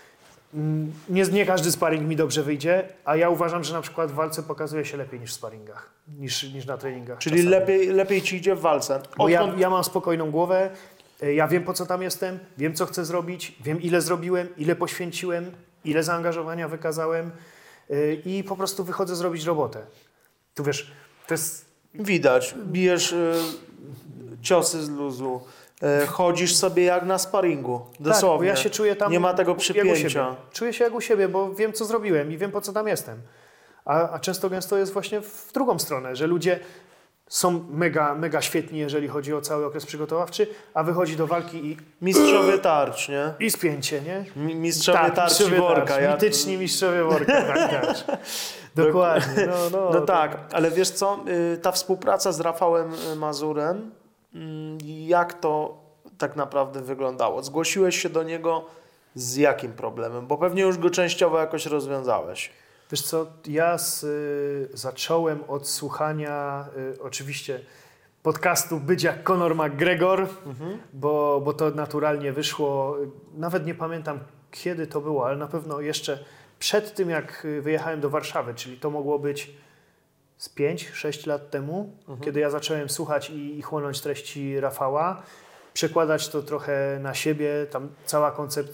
Nie każdy sparing mi dobrze wyjdzie, a ja uważam, że na przykład w walce pokazuje się lepiej niż w sparingach, niż na treningach. Czyli lepiej ci idzie w walce. Bo ja mam spokojną głowę, ja wiem po co tam jestem, wiem co chcę zrobić, wiem ile zrobiłem, ile poświęciłem, ile zaangażowania wykazałem i po prostu wychodzę zrobić robotę. Tu wiesz, to jest... Widać, bijesz ciosy z luzu, chodzisz sobie jak na sparingu, dosłownie. Tak, bo ja się czuję tam... Nie ma tego przypięcia. Czuję się jak u siebie, bo wiem co zrobiłem i wiem po co tam jestem. A często gęsto jest właśnie w drugą stronę, że ludzie są mega świetni, jeżeli chodzi o cały okres przygotowawczy, a wychodzi do walki i... Mistrzowie tarcz, nie? I spięcie, nie? Mistrzowie tarcz i worka. Mityczni mistrzowie worka, tak. Dokładnie. No tak, ale wiesz co, ta współpraca z Rafałem Mazurem, jak to tak naprawdę wyglądało? Zgłosiłeś się do niego z jakim problemem? Bo pewnie już go częściowo jakoś rozwiązałeś. Wiesz co, ja zacząłem od słuchania oczywiście podcastu Być jak Conor McGregor, bo to naturalnie wyszło. Nawet nie pamiętam kiedy to było, ale na pewno jeszcze przed tym jak wyjechałem do Warszawy, czyli to mogło być z 5-6 lat temu, kiedy ja zacząłem słuchać i chłonąć treści Rafała, przekładać to trochę na siebie, tam cała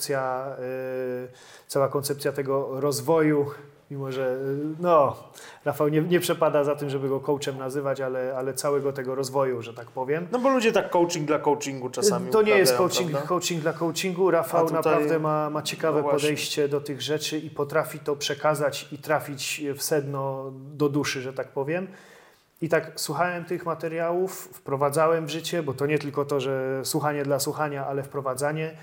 koncepcja tego rozwoju, mimo że Rafał nie przepada za tym, żeby go coachem nazywać, ale całego tego rozwoju, że tak powiem. No bo ludzie tak coaching dla coachingu czasami to nie jest prawda? coaching dla coachingu. Rafał naprawdę ma ciekawe podejście do tych rzeczy i potrafi to przekazać i trafić w sedno do duszy, że tak powiem. I tak słuchałem tych materiałów, wprowadzałem w życie, bo to nie tylko to, że słuchanie dla słuchania, ale wprowadzanie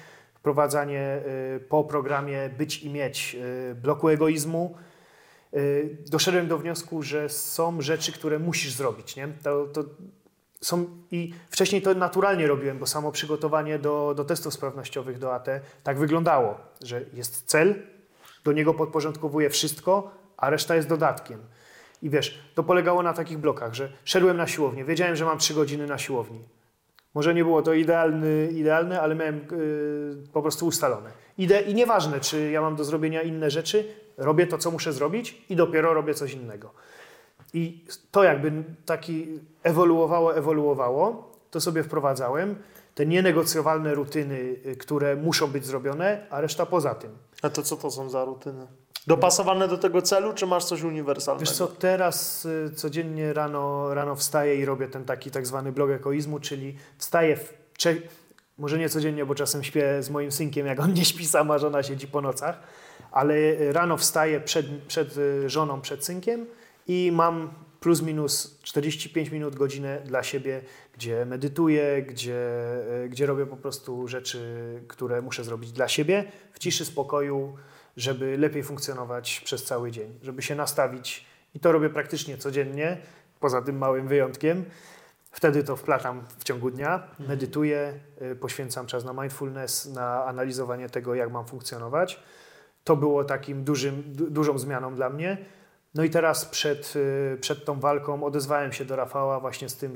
po programie Być i Mieć bloku egoizmu. Doszedłem do wniosku, że są rzeczy, które musisz zrobić. Nie? To są, i wcześniej to naturalnie robiłem, bo samo przygotowanie do testów sprawnościowych do AT tak wyglądało, że jest cel, do niego podporządkowuję wszystko, a reszta jest dodatkiem. I wiesz, to polegało na takich blokach, że szedłem na siłownię, wiedziałem, że mam 3 godziny na siłowni. Może nie było to idealne, ale miałem po prostu ustalone. I nieważne, czy ja mam do zrobienia inne rzeczy, robię to, co muszę zrobić i dopiero robię coś innego. I to jakby taki ewoluowało, to sobie wprowadzałem. Te nienegocjowalne rutyny, które muszą być zrobione, a reszta poza tym. A to co to są za rutyny? Dopasowane do tego celu, czy masz coś uniwersalnego? Wiesz co, teraz codziennie rano wstaję i robię ten taki tak zwany blok egoizmu, czyli wstaję może nie codziennie, bo czasem śpię z moim synkiem, jak on nie śpi, sama żona siedzi po nocach, ale rano wstaję przed żoną, przed synkiem i mam plus minus 45 minut, godzinę dla siebie, gdzie medytuję, gdzie robię po prostu rzeczy, które muszę zrobić dla siebie, w ciszy, spokoju, żeby lepiej funkcjonować przez cały dzień, żeby się nastawić. I to robię praktycznie codziennie, poza tym małym wyjątkiem. Wtedy to wplatam w ciągu dnia, medytuję, poświęcam czas na mindfulness, na analizowanie tego, jak mam funkcjonować. To było takim dużą zmianą dla mnie. No i teraz przed tą walką odezwałem się do Rafała właśnie z tym,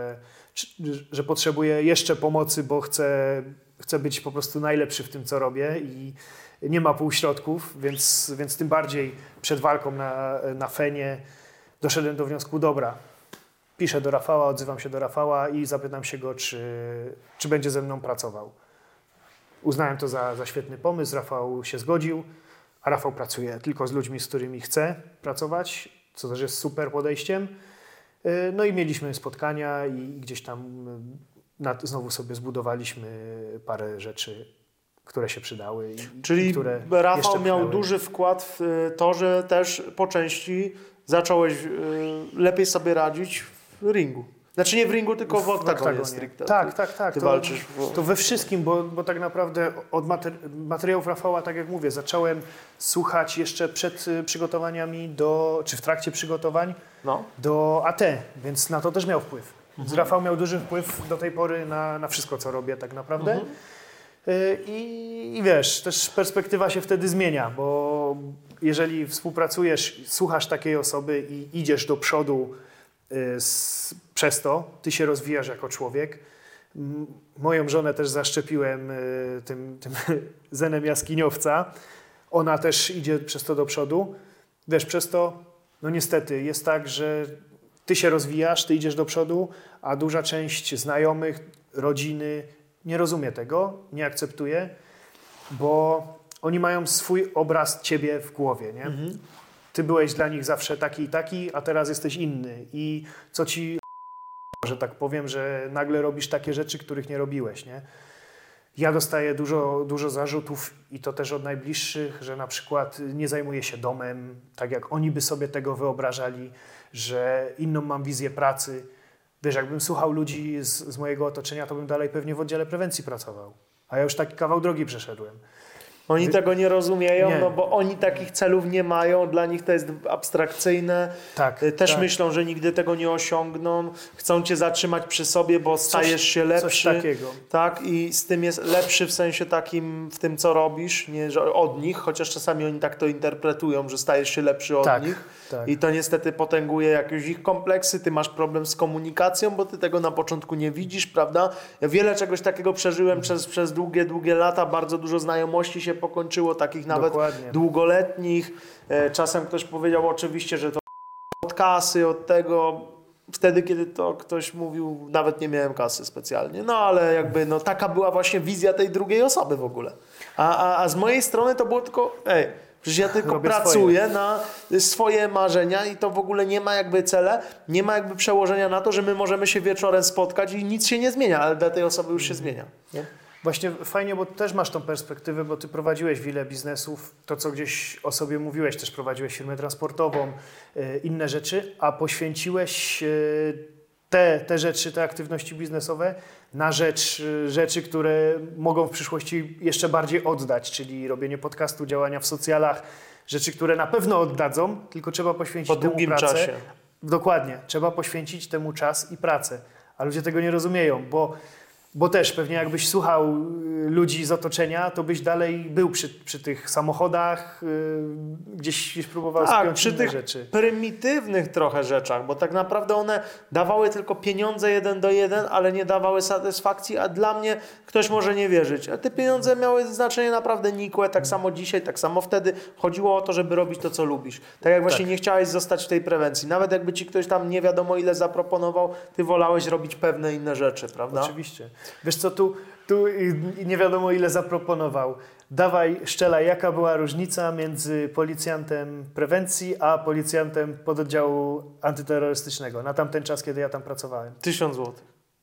że potrzebuję jeszcze pomocy, bo chcę być po prostu najlepszy w tym, co robię i nie ma półśrodków, więc tym bardziej przed walką na Fenie doszedłem do wniosku, dobra, piszę do Rafała, odzywam się do Rafała i zapytam się go, czy będzie ze mną pracował. Uznałem to za świetny pomysł, Rafał się zgodził, a Rafał pracuje tylko z ludźmi, z którymi chce pracować, co też jest super podejściem. No i mieliśmy spotkania i gdzieś tam znowu sobie zbudowaliśmy parę rzeczy które się przydały. Czyli które Rafał miał pchnęły. duży wkład w to, że też po części zacząłeś lepiej sobie radzić w ringu. Znaczy nie w ringu, tylko w oktagonie stricte. Tak. Ty walczysz To we wszystkim, bo tak naprawdę od materiałów Rafała, tak jak mówię, zacząłem słuchać jeszcze przed przygotowaniami czy w trakcie przygotowań do AT, więc na to też miał wpływ. Rafał miał duży wpływ do tej pory na wszystko, co robię tak naprawdę. I wiesz, też perspektywa się wtedy zmienia, bo jeżeli współpracujesz, słuchasz takiej osoby i idziesz do przodu przez to, ty się rozwijasz jako człowiek. Moją żonę też zaszczepiłem tym zenem jaskiniowca. Ona też idzie przez to do przodu. Wiesz, przez to, no niestety, jest tak, że ty się rozwijasz, ty idziesz do przodu, a duża część znajomych, rodziny nie rozumie tego, nie akceptuje, bo oni mają swój obraz ciebie w głowie, nie? Ty byłeś dla nich zawsze taki i taki, a teraz jesteś inny. I co ci, że tak powiem, że nagle robisz takie rzeczy, których nie robiłeś, nie? Ja dostaję dużo zarzutów i to też od najbliższych, że na przykład nie zajmuję się domem, tak jak oni by sobie tego wyobrażali, że inną mam wizję pracy. Wiesz, jakbym słuchał ludzi z mojego otoczenia, to bym dalej pewnie w oddziale prewencji pracował. A ja już taki kawał drogi przeszedłem. Oni tego nie rozumieją, Nie. no bo oni takich celów nie mają, dla nich to jest abstrakcyjne. Też myślą, że nigdy tego nie osiągną. Chcą cię zatrzymać przy sobie, bo stajesz się lepszy. Coś takiego. Tak, i z tym jest lepszy w sensie takim, w tym co robisz, nie że od nich, chociaż czasami oni tak to interpretują, że stajesz się lepszy od nich. Tak. I to niestety potęguje jakieś ich kompleksy, ty masz problem z komunikacją, bo ty tego na początku nie widzisz, prawda? Ja wiele czegoś takiego przeżyłem przez długie lata, bardzo dużo znajomości się pokończyło, takich nawet długoletnich. Czasem ktoś powiedział oczywiście, że to od kasy, od tego. Wtedy, kiedy to ktoś mówił, nawet nie miałem kasy specjalnie. No ale jakby taka była właśnie wizja tej drugiej osoby w ogóle. A z mojej strony to było tylko, przecież ja tylko pracuję na swoje marzenia i to w ogóle nie ma jakby cele, nie ma jakby przełożenia na to, że my możemy się wieczorem spotkać i nic się nie zmienia, ale dla tej osoby już się zmienia. Nie? Właśnie fajnie, bo też masz tą perspektywę, bo ty prowadziłeś wiele biznesów, to co gdzieś o sobie mówiłeś, też prowadziłeś firmę transportową, inne rzeczy, a poświęciłeś te rzeczy, te aktywności biznesowe na rzeczy, które mogą w przyszłości jeszcze bardziej oddać, czyli robienie podcastu, działania w socjalach, rzeczy, które na pewno oddadzą, tylko trzeba poświęcić temu pracę. Czasie. Dokładnie, trzeba poświęcić temu czas i pracę, a ludzie tego nie rozumieją, bo też pewnie jakbyś słuchał ludzi z otoczenia, to byś dalej był przy tych samochodach, gdzieś próbował spiąć przy inne tych rzeczy. prymitywnych trochę rzeczach, bo tak naprawdę one dawały tylko pieniądze 1 do 1, ale nie dawały satysfakcji, a dla mnie ktoś może nie wierzyć. A te pieniądze miały znaczenie naprawdę nikłe, tak samo dzisiaj, tak samo wtedy. Chodziło o to, żeby robić to, co lubisz. Tak jak właśnie nie chciałeś zostać w tej prewencji. Nawet jakby ci ktoś tam nie wiadomo ile zaproponował, ty wolałeś robić pewne inne rzeczy, prawda? Oczywiście. Wiesz co, tu nie wiadomo ile zaproponował. Dawaj, szczelaj, jaka była różnica między policjantem prewencji, a policjantem pododdziału antyterrorystycznego na tamten czas, kiedy ja tam pracowałem? 1000 zł.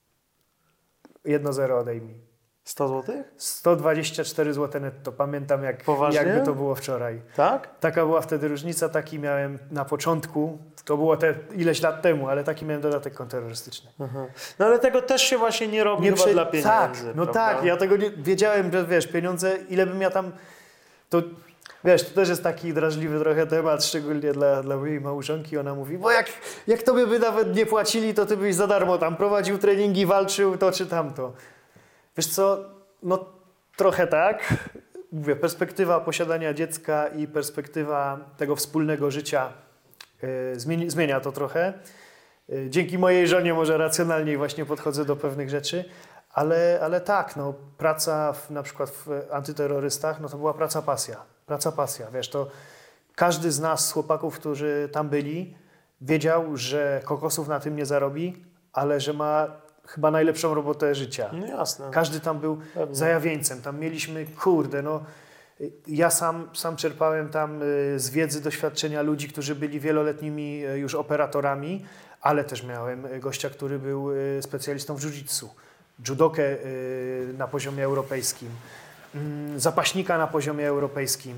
1-0 odejmij. 100 zł? 124 zł netto. Pamiętam jakby to było wczoraj. Tak? Taka była wtedy różnica, taki miałem na początku. To było ileś lat temu, ale taki miałem dodatek kontrterrorystyczny. Aha. No ale tego też się właśnie nie robi chyba dla pieniędzy. Tak, no prawda? tak, ja tego nie wiedziałem, że wiesz, pieniądze, ile bym ja tam, to wiesz, to też jest taki drażliwy trochę temat, szczególnie dla mojej małżonki, ona mówi, bo jak tobie by nawet nie płacili, to ty byś za darmo tam prowadził treningi, walczył to czy tamto. Wiesz co, no trochę tak, mówię, perspektywa posiadania dziecka i perspektywa tego wspólnego życia zmienia to trochę. Dzięki mojej żonie może racjonalniej właśnie podchodzę do pewnych rzeczy, ale tak, no, praca na przykład w antyterrorystach, no to była praca pasja, wiesz, to każdy z nas, chłopaków, którzy tam byli, wiedział, że kokosów na tym nie zarobi, ale że ma chyba najlepszą robotę życia. No jasne. Każdy tam był zajawieńcem, tam mieliśmy, ja sam czerpałem tam z wiedzy, doświadczenia ludzi, którzy byli wieloletnimi już operatorami, ale też miałem gościa, który był specjalistą w jiu-jitsu, judokę na poziomie europejskim. zapaśnika na poziomie europejskim,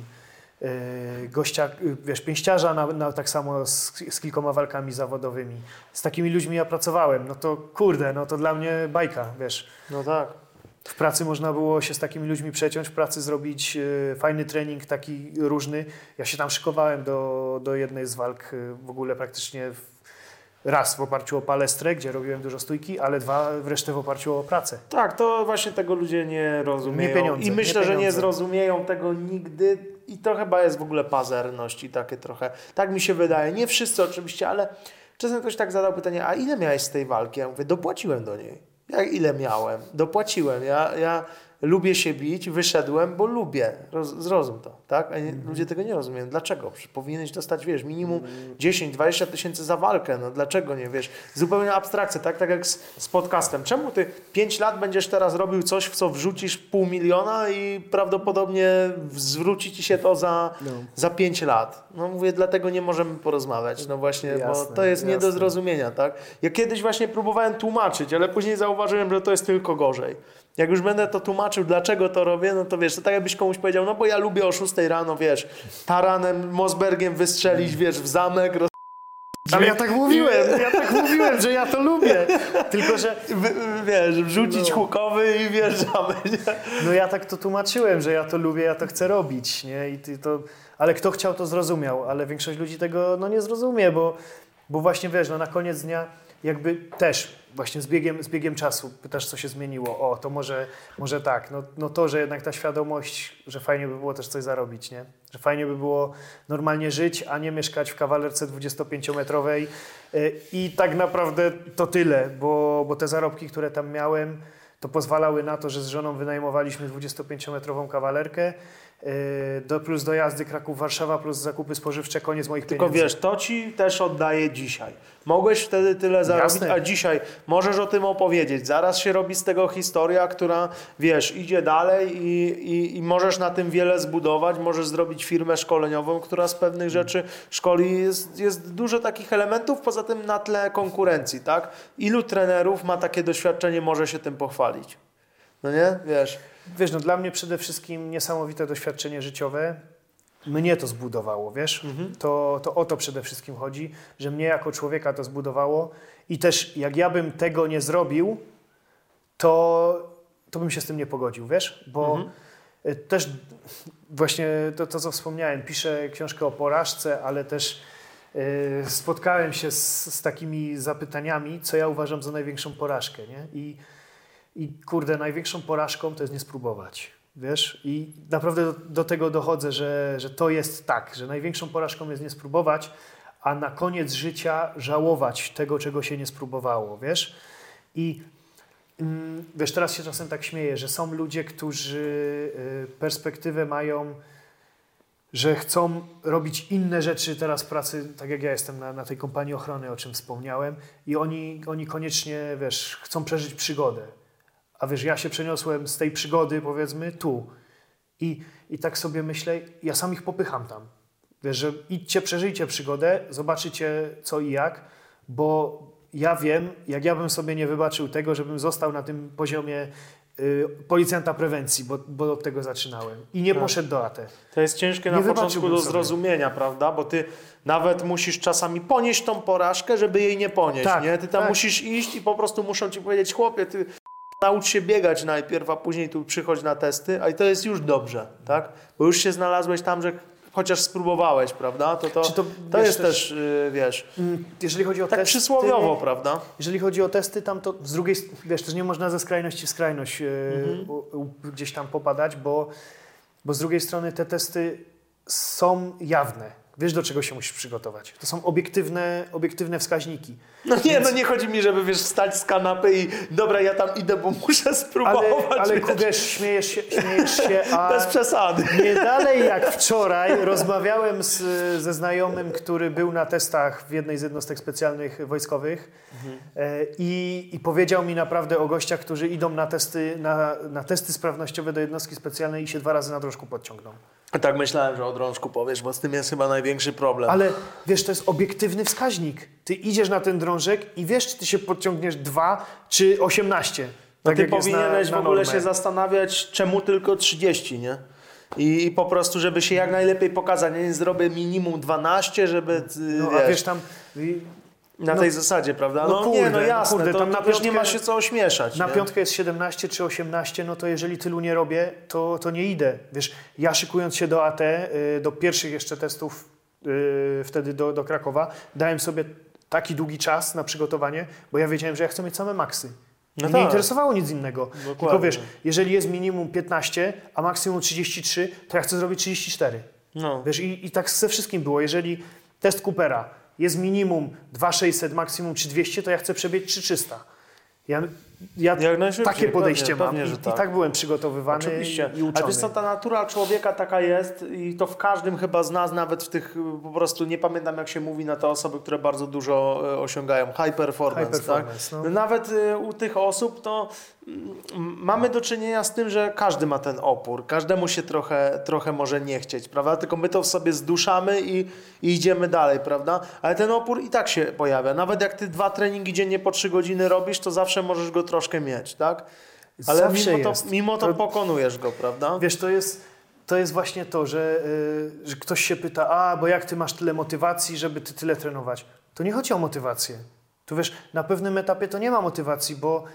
gościa, wiesz, pięściarza tak samo z kilkoma walkami zawodowymi. Z takimi ludźmi ja pracowałem, no to kurde, no to dla mnie bajka, wiesz. No tak. W pracy można było się z takimi ludźmi przeciąć, w pracy zrobić fajny trening, taki różny. Ja się tam szykowałem do jednej z walk w ogóle praktycznie raz w oparciu o palestrę, gdzie robiłem dużo stójki, ale dwa wreszcie w oparciu o pracę. Tak, to właśnie tego ludzie nie rozumieją. Nie pieniądze, I myślę, nie że nie pieniądze. zrozumieją tego nigdy i to chyba jest w ogóle pazerność i takie trochę, tak mi się wydaje. Nie wszyscy oczywiście, ale czasem ktoś tak zadał pytanie, a ile miałeś z tej walki? Ja mówię, dopłaciłem do niej. Jak ile miałem? Dopłaciłem. Ja lubię się bić, wyszedłem, bo lubię. Zrozum to, tak? A ludzie tego nie rozumieją. Dlaczego? Powinieneś dostać, wiesz, minimum 10-20 tysięcy za walkę. No dlaczego nie, wiesz? Zupełnie abstrakcja, tak? Tak jak z podcastem. Czemu ty 5 lat będziesz teraz robił coś, w co wrzucisz 500 000 i prawdopodobnie zwróci ci się to za 5 lat? No mówię, dlatego nie możemy porozmawiać. No właśnie, Jasne, bo to jest nie do zrozumienia, tak? Ja kiedyś właśnie próbowałem tłumaczyć, ale później zauważyłem, że to jest tylko gorzej. Jak już będę to tłumaczył, dlaczego to robię, no to wiesz, to tak jakbyś komuś powiedział, no bo ja lubię o 6 rano, wiesz, taranem, Mosbergiem wystrzelić, wiesz, w zamek, Ale ja tak mówiłem, że ja to lubię. Tylko, że wiesz, wrzucić hukowy i wjeżdżamy, nie? no ja tak to tłumaczyłem, że ja to lubię, ja to chcę robić, nie? Ale kto chciał, to zrozumiał, ale większość ludzi tego no nie zrozumie, bo właśnie wiesz, no na koniec dnia jakby też właśnie z biegiem czasu pytasz, co się zmieniło. O, to może tak, no to, że jednak ta świadomość, że fajnie by było też coś zarobić, nie? Że fajnie by było normalnie żyć, a nie mieszkać w kawalerce 25-metrowej i tak naprawdę to tyle, bo te zarobki, które tam miałem, to pozwalały na to, że z żoną wynajmowaliśmy 25-metrową kawalerkę, plus dojazdy Kraków-Warszawa, plus zakupy spożywcze, koniec moich Tylko pieniędzy. wiesz, to ci też oddaje dzisiaj. Mogłeś wtedy tyle zarobić, Jasne. a dzisiaj możesz o tym opowiedzieć. Zaraz się robi z tego historia, która, wiesz, idzie dalej i możesz na tym wiele zbudować. Możesz zrobić firmę szkoleniową, która z pewnych rzeczy szkoli. Jest dużo takich elementów, poza tym na tle konkurencji, tak? Ilu trenerów ma takie doświadczenie, może się tym pochwalić? No nie? Wiesz. Wiesz, no dla mnie przede wszystkim niesamowite doświadczenie życiowe. Mnie to zbudowało, wiesz? To o to przede wszystkim chodzi, że mnie jako człowieka to zbudowało i też jak ja bym tego nie zrobił, to bym się z tym nie pogodził, wiesz? Bo też właśnie to, co wspomniałem, piszę książkę o porażce, ale też spotkałem się z takimi zapytaniami, co ja uważam za największą porażkę, nie? I kurde, największą porażką to jest nie spróbować, wiesz? I naprawdę do tego dochodzę, że to jest tak, że największą porażką jest nie spróbować, a na koniec życia żałować tego, czego się nie spróbowało, wiesz? I wiesz, teraz się czasem tak śmieję, że są ludzie, którzy perspektywę mają, że chcą robić inne rzeczy teraz w pracy, tak jak ja jestem na tej kompanii ochrony, o czym wspomniałem, i oni koniecznie, wiesz, chcą przeżyć przygodę. A wiesz, ja się przeniosłem z tej przygody, powiedzmy, tu. I tak sobie myślę, ja sam ich popycham tam. Wiesz, że idźcie, przeżyjcie przygodę, zobaczycie co i jak, bo ja wiem, jak ja bym sobie nie wybaczył tego, żebym został na tym poziomie policjanta prewencji, bo od tego zaczynałem. I nie poszedł do AT. To jest ciężkie na początku do zrozumienia, prawda? Bo ty nawet musisz czasami ponieść tą porażkę, żeby jej nie ponieść, Tak, nie? Ty tam tak. musisz iść i po prostu muszą ci powiedzieć, chłopie, ty naucz się biegać najpierw, a później tu przychodź na testy, a i to jest już dobrze, tak? Bo już się znalazłeś tam, że chociaż spróbowałeś, prawda? To wiesz, jest też, wiesz, jeżeli chodzi o tak testy, przysłowiowo, prawda? Jeżeli chodzi o testy, tam to z drugiej, wiesz, też nie można ze skrajności w skrajność gdzieś tam popadać, bo z drugiej strony te testy są jawne. Wiesz, do czego się musisz przygotować. To są obiektywne wskaźniki. No nie, no nie chodzi mi, żeby wiesz, wstać z kanapy i dobra, ja tam idę, bo muszę spróbować. Ale wiesz. Kugerz, śmiejesz się, a Bez przesady. nie dalej jak wczoraj rozmawiałem ze znajomym, który był na testach w jednej z jednostek specjalnych wojskowych i powiedział mi naprawdę o gościach, którzy idą na testy sprawnościowe do jednostki specjalnej i się 2 razy na drążku podciągną. Tak myślałem, że o drążku powiesz, bo z tym jest chyba największy problem. Ale wiesz, to jest obiektywny wskaźnik. Ty idziesz na ten drążek i wiesz, czy ty się podciągniesz 2 czy 18. No Tak ty jak jest powinieneś na w ogóle normę. się zastanawiać, czemu tylko 30, nie? I po prostu, żeby się jak najlepiej pokazać. Nie zrobię minimum 12, żeby, No a wiesz tam... na no- tej zasadzie, prawda? no nie, no kurde, jasne, kurde, to, tam to na też nie piątkę- ma się co ośmieszać. Na nie? piątkę jest 17 czy 18, no to jeżeli tylu nie robię, to nie idę. Wiesz, ja szykując się do AT, do pierwszych jeszcze testów wtedy do Krakowa, dałem sobie taki długi czas na przygotowanie, bo ja wiedziałem, że ja chcę mieć same maksy. No Mnie nie tak. interesowało nic innego. Dokładnie. Tylko wiesz, jeżeli jest minimum 15, a maksimum 33, to ja chcę zrobić 34. No. Wiesz, i tak ze wszystkim było. Jeżeli test Coopera jest minimum 2600, maksimum 3200, to ja chcę przebiec 3300. Ja Jak najszybciej, takie podejście pewnie, mam pewnie, że i tak. tak byłem przygotowywany Oczywiście. i uczony. Ale wiesz co, ta natura człowieka taka jest i to w każdym chyba z nas, nawet w tych po prostu, nie pamiętam jak się mówi na te osoby, które bardzo dużo osiągają, high performance, High performance, tak? no. Nawet u tych osób to mamy do czynienia z tym, że każdy ma ten opór, każdemu się trochę może nie chcieć, prawda? Tylko my to w sobie zduszamy i idziemy dalej, prawda? Ale ten opór i tak się pojawia. Nawet jak ty 2 treningi dziennie po 3 godziny robisz, to zawsze możesz go troszkę mieć, tak? Ale Zawsze mimo to To- pokonujesz go, prawda? Wiesz, to jest właśnie to, że ktoś się pyta, bo jak ty masz tyle motywacji, żeby ty tyle trenować? To nie chodzi o motywację. Tu wiesz, na pewnym etapie to nie ma motywacji, bo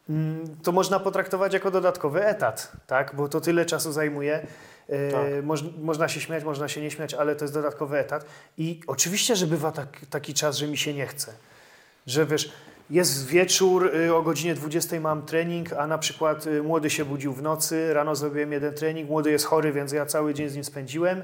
to można potraktować jako dodatkowy etat, tak? Bo to tyle czasu zajmuje. Tak. Można się śmiać, można się nie śmiać, ale to jest dodatkowy etat. I oczywiście, że bywa taki czas, że mi się nie chce. Że wiesz, jest wieczór, o godzinie 20 mam trening, a na przykład młody się budził w nocy, rano zrobiłem jeden trening, młody jest chory, więc ja cały dzień z nim spędziłem.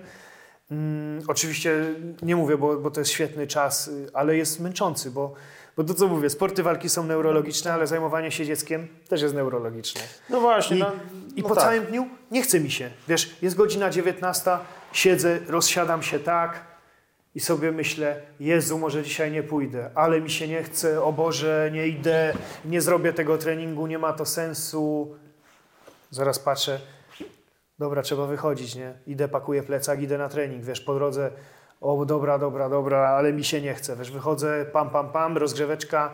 Oczywiście nie mówię, bo to jest świetny czas, ale jest męczący, bo to co mówię, sporty walki są neurologiczne, ale zajmowanie się dzieckiem też jest neurologiczne. No właśnie. I no po tak. całym dniu nie chce mi się. Wiesz, jest godzina 19, siedzę, rozsiadam się tak i sobie myślę, Jezu, może dzisiaj nie pójdę, ale mi się nie chce, o Boże, nie idę, nie zrobię tego treningu, nie ma to sensu. Zaraz patrzę, dobra, trzeba wychodzić, nie? Idę, pakuję plecak, idę na trening, wiesz, po drodze, o dobra, ale mi się nie chce, wiesz, wychodzę, pam, rozgrzeweczka,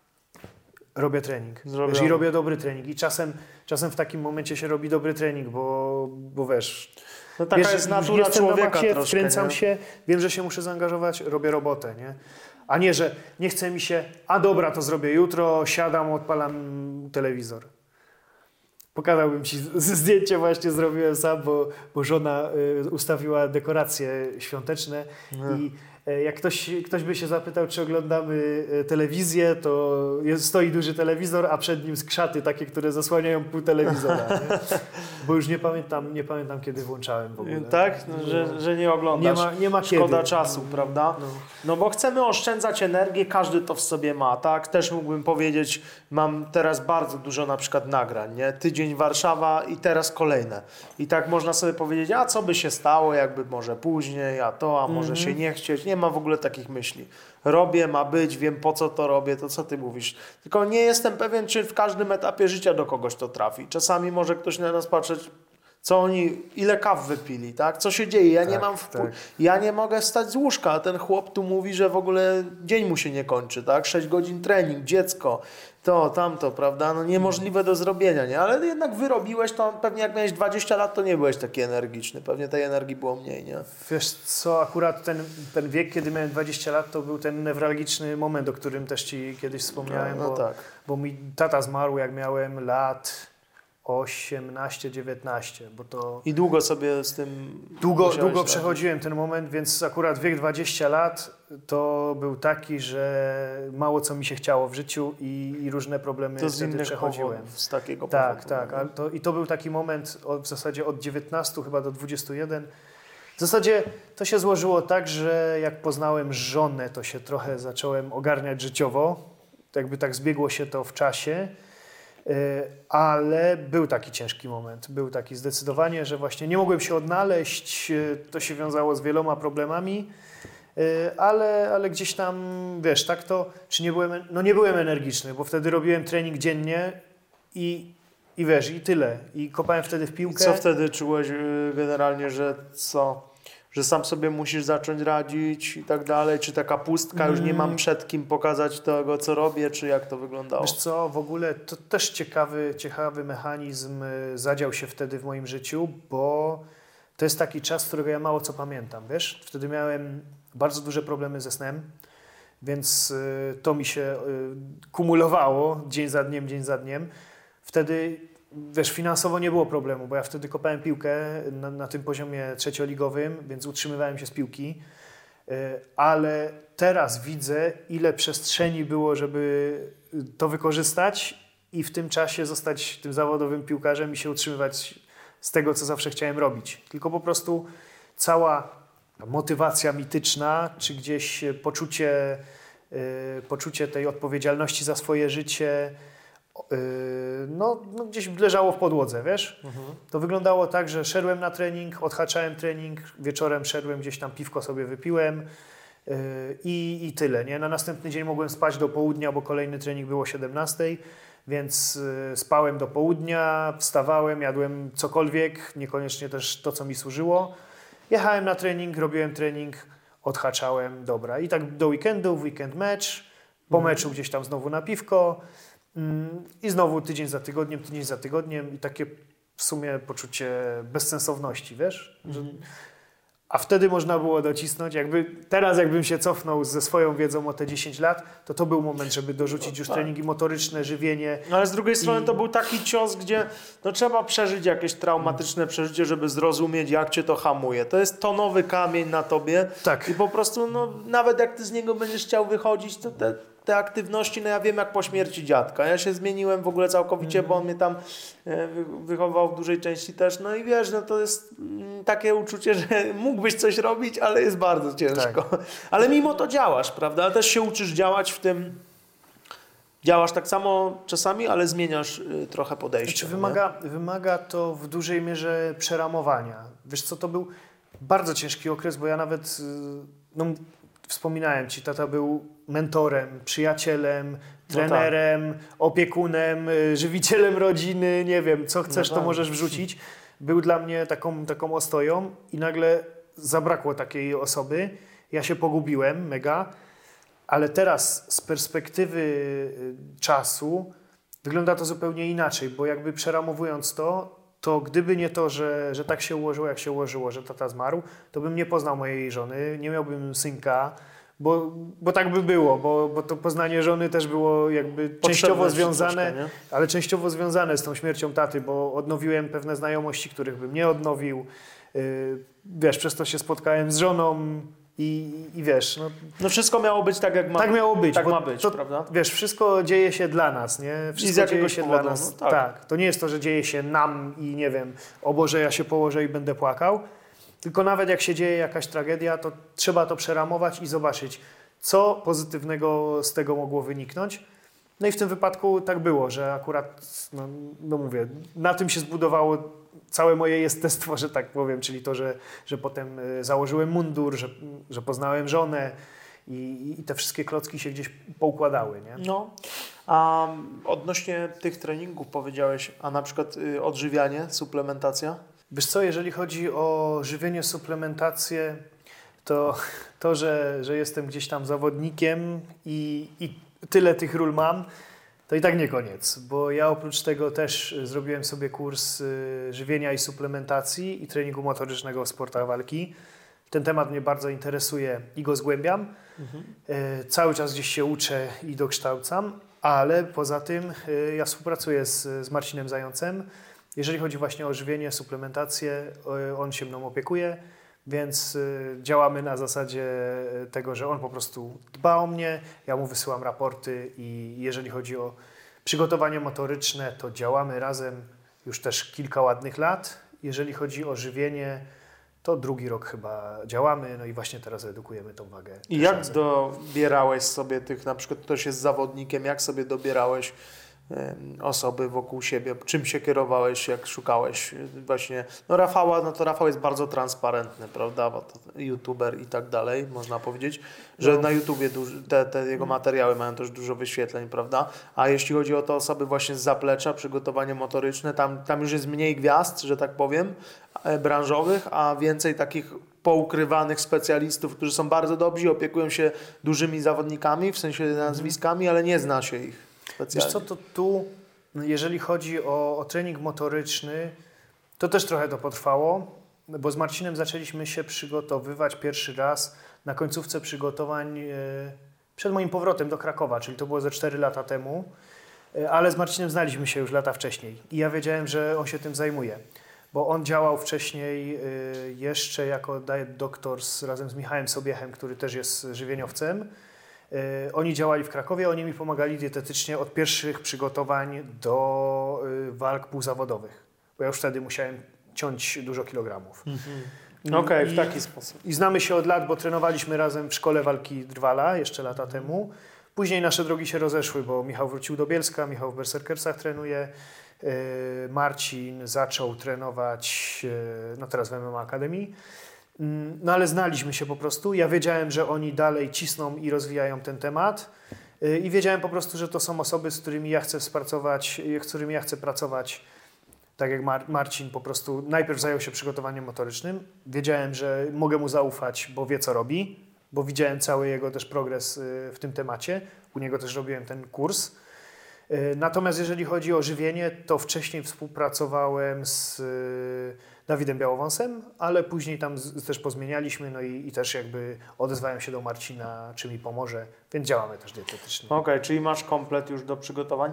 robię trening. Wiesz, i robię dobry trening i czasem w takim momencie się robi dobry trening, bo wiesz... No taka wiesz, jest już natura jestem na człowieka maksie, troszkę, wkręcam nie? się, wiem, że się muszę zaangażować, robię robotę, nie? A nie, że nie chce mi się, a dobra, to zrobię jutro, siadam, odpalam telewizor. Pokazałbym ci zdjęcie właśnie zrobiłem sam, bo żona ustawiła dekoracje świąteczne i jak ktoś by się zapytał, czy oglądamy telewizję, to stoi duży telewizor, a przed nim skrzaty takie, które zasłaniają pół telewizora. Nie? Bo już nie pamiętam kiedy włączałem w ogóle. Tak? Że nie oglądasz. Nie ma Szkoda kiedy. czasu, prawda? No bo chcemy oszczędzać energię, każdy to w sobie ma, tak? Też mógłbym powiedzieć, mam teraz bardzo dużo na przykład nagrań, nie? Tydzień Warszawa i teraz kolejne. I tak można sobie powiedzieć, a co by się stało, jakby może później, a może się nie chcieć. Nie ma w ogóle takich myśli. Robię, ma być, wiem po co to robię, to co ty mówisz. Tylko nie jestem pewien, czy w każdym etapie życia do kogoś to trafi. Czasami może ktoś na nas patrzeć, co oni, ile kaw wypili, tak? Co się dzieje? Ja nie mogę wstać z łóżka, a ten chłop tu mówi, że w ogóle dzień mu się nie kończy, tak? 6 godzin trening, dziecko, to, tamto, prawda? No niemożliwe do zrobienia, nie? Ale jednak wyrobiłeś to, pewnie jak miałeś 20 lat, to nie byłeś taki energiczny. Pewnie tej energii było mniej, nie? Wiesz co, akurat ten wiek, kiedy miałem 20 lat, to był ten newralgiczny moment, o którym też ci kiedyś wspomniałem, tak. bo mój tata zmarł, jak miałem lat 18-19, bo to... I długo sobie z tym Długo musiałeś przechodziłem ten moment, więc akurat wiek 20 lat to był taki, że mało co mi się chciało w życiu i różne problemy to z wtedy innych przechodziłem. powodów, z takiego Tak, powodu. tak. I to był taki moment w zasadzie od 19 chyba do 21. W zasadzie to się złożyło tak, że jak poznałem żonę, to się trochę zacząłem ogarniać życiowo. Jakby tak zbiegło się to w czasie. Ale był taki ciężki moment. Był taki zdecydowanie, że właśnie nie mogłem się odnaleźć. To się wiązało z wieloma problemami. Ale gdzieś tam, wiesz, tak to, czy nie byłem, nie byłem energiczny, bo wtedy robiłem trening dziennie i wiesz, i tyle. I kopałem wtedy w piłkę. Co wtedy czułeś generalnie, że sam sobie musisz zacząć radzić i tak dalej, czy taka pustka, już nie mam przed kim pokazać tego, co robię, czy jak to wyglądało? Wiesz co, w ogóle to też ciekawy mechanizm zadział się wtedy w moim życiu, bo to jest taki czas, z którego ja mało co pamiętam, wiesz? Wtedy miałem bardzo duże problemy ze snem, więc to mi się kumulowało dzień za dniem. Wtedy, wiesz, finansowo nie było problemu, bo ja wtedy kopałem piłkę na tym poziomie trzecioligowym, więc utrzymywałem się z piłki. Ale teraz widzę, ile przestrzeni było, żeby to wykorzystać i w tym czasie zostać tym zawodowym piłkarzem i się utrzymywać z tego, co zawsze chciałem robić. Tylko po prostu cała motywacja mityczna, czy gdzieś poczucie tej odpowiedzialności za swoje życie, no gdzieś leżało w podłodze, wiesz? To wyglądało tak, że szedłem na trening, odhaczałem trening, wieczorem szedłem gdzieś tam, piwko sobie wypiłem i tyle, nie? Na następny dzień mogłem spać do południa, bo kolejny trening było o 17:00, więc spałem do południa, wstawałem, jadłem cokolwiek, niekoniecznie też to, co mi służyło. Jechałem na trening, robiłem trening, odhaczałem, dobra. I tak do weekendu, w weekend mecz, po meczu gdzieś tam znowu na piwko, i znowu tydzień za tygodniem i takie w sumie poczucie bezsensowności, wiesz? A wtedy można było docisnąć, teraz jakbym się cofnął ze swoją wiedzą o te 10 lat, to był moment, żeby dorzucić już treningi motoryczne, żywienie. No ale z drugiej strony to był taki cios, gdzie trzeba przeżyć jakieś traumatyczne przeżycie, żeby zrozumieć, jak cię to hamuje. To jest tonowy kamień na tobie Tak. I po prostu nawet jak ty z niego będziesz chciał wychodzić, to te aktywności, ja wiem jak po śmierci dziadka. Ja się zmieniłem w ogóle całkowicie, bo on mnie tam wychował w dużej części też. No i wiesz, to jest takie uczucie, że mógłbyś coś robić, ale jest bardzo ciężko. Tak. Ale mimo to działasz, prawda? Ale też się uczysz działać w tym. Działasz tak samo czasami, ale zmieniasz trochę podejście. Wymaga to w dużej mierze przeramowania. Wiesz co, to był bardzo ciężki okres, bo ja nawet, wspominałem ci, tata był mentorem, przyjacielem, trenerem, opiekunem, żywicielem rodziny, nie wiem, co chcesz, to możesz wrzucić. Był dla mnie taką ostoją i nagle zabrakło takiej osoby. Ja się pogubiłem mega, ale teraz z perspektywy czasu wygląda to zupełnie inaczej, bo jakby przeramowując to gdyby nie to, że tak się ułożyło, jak się ułożyło, że tata zmarł, to bym nie poznał mojej żony, nie miałbym synka, bo tak by było, bo to poznanie żony też było jakby częściowo związane, troszkę, ale częściowo związane z tą śmiercią taty, bo odnowiłem pewne znajomości, których bym nie odnowił. Wiesz, przez to się spotkałem z żoną i wiesz... No wszystko miało być tak, jak ma, tak miało być. Tak ma być, prawda? Wiesz, wszystko dzieje się dla nas, nie? Wszystko dzieje się powodu, dla nas. Tak. To nie jest to, że dzieje się nam i nie wiem, o Boże, ja się położę i będę płakał. Tylko nawet jak się dzieje jakaś tragedia, to trzeba to przeramować i zobaczyć, co pozytywnego z tego mogło wyniknąć. No i w tym wypadku tak było, że akurat, mówię, na tym się zbudowało całe moje jestestwo, że tak powiem, czyli to, że potem założyłem mundur, że poznałem żonę i te wszystkie klocki się gdzieś poukładały, nie? A odnośnie tych treningów powiedziałeś, a na przykład odżywianie, suplementacja? Wiesz co, jeżeli chodzi o żywienie, suplementację, to że jestem gdzieś tam zawodnikiem i tyle tych ról mam, to i tak nie koniec, bo ja oprócz tego też zrobiłem sobie kurs żywienia i suplementacji i treningu motorycznego w sportach walki. Ten temat mnie bardzo interesuje i go zgłębiam. Cały czas gdzieś się uczę i dokształcam, ale poza tym ja współpracuję z Marcinem Zającem. Jeżeli chodzi właśnie o żywienie, suplementację, on się mną opiekuje, więc działamy na zasadzie tego, że on po prostu dba o mnie, ja mu wysyłam raporty i jeżeli chodzi o przygotowanie motoryczne, to działamy razem już też kilka ładnych lat. Jeżeli chodzi o żywienie, to drugi rok chyba działamy, no i właśnie teraz edukujemy tą wagę. I jak dobierałeś sobie tych, na przykład ktoś jest zawodnikiem, jak sobie dobierałeś osoby wokół siebie, czym się kierowałeś, jak szukałeś właśnie, Rafała, to Rafał jest bardzo transparentny, prawda, bo to youtuber i tak dalej, można powiedzieć, że na YouTubie te jego materiały mają też dużo wyświetleń, prawda, a jeśli chodzi o te osoby właśnie z zaplecza, przygotowanie motoryczne, tam już jest mniej gwiazd, że tak powiem, branżowych, a więcej takich poukrywanych specjalistów, którzy są bardzo dobrzy, opiekują się dużymi zawodnikami, w sensie nazwiskami, ale nie zna się ich specjalnie. Wiesz co, to tu, jeżeli chodzi o trening motoryczny, to też trochę to potrwało, bo z Marcinem zaczęliśmy się przygotowywać pierwszy raz na końcówce przygotowań przed moim powrotem do Krakowa, czyli to było ze 4 lata temu, ale z Marcinem znaliśmy się już lata wcześniej i ja wiedziałem, że on się tym zajmuje, bo on działał wcześniej jeszcze jako diet doctors razem z Michałem Sobiechem, który też jest żywieniowcem. Oni działali w Krakowie, oni mi pomagali dietetycznie od pierwszych przygotowań do walk półzawodowych, bo ja już wtedy musiałem ciąć dużo kilogramów. Okej, w taki sposób. I znamy się od lat, bo trenowaliśmy razem w szkole walki Drwala jeszcze lata temu. Później nasze drogi się rozeszły, bo Michał wrócił do Bielska, Michał w Berserkersach trenuje, Marcin zaczął trenować, no teraz w MMA Akademii. No ale znaliśmy się po prostu. Ja wiedziałem, że oni dalej cisną i rozwijają ten temat i wiedziałem po prostu, że to są osoby, z którymi ja chcę współpracować, z którymi ja chcę pracować. Tak jak Marcin po prostu najpierw zajął się przygotowaniem motorycznym. Wiedziałem, że mogę mu zaufać, bo wie co robi, bo widziałem cały jego też progres w tym temacie. U niego też robiłem ten kurs. Natomiast jeżeli chodzi o żywienie, to wcześniej współpracowałem z Dawidem Białowąsem, ale później tam też pozmienialiśmy, no i też jakby odezwałem się do Marcina, czy mi pomoże, więc działamy też dietetycznie. Okej, czyli masz komplet już do przygotowań.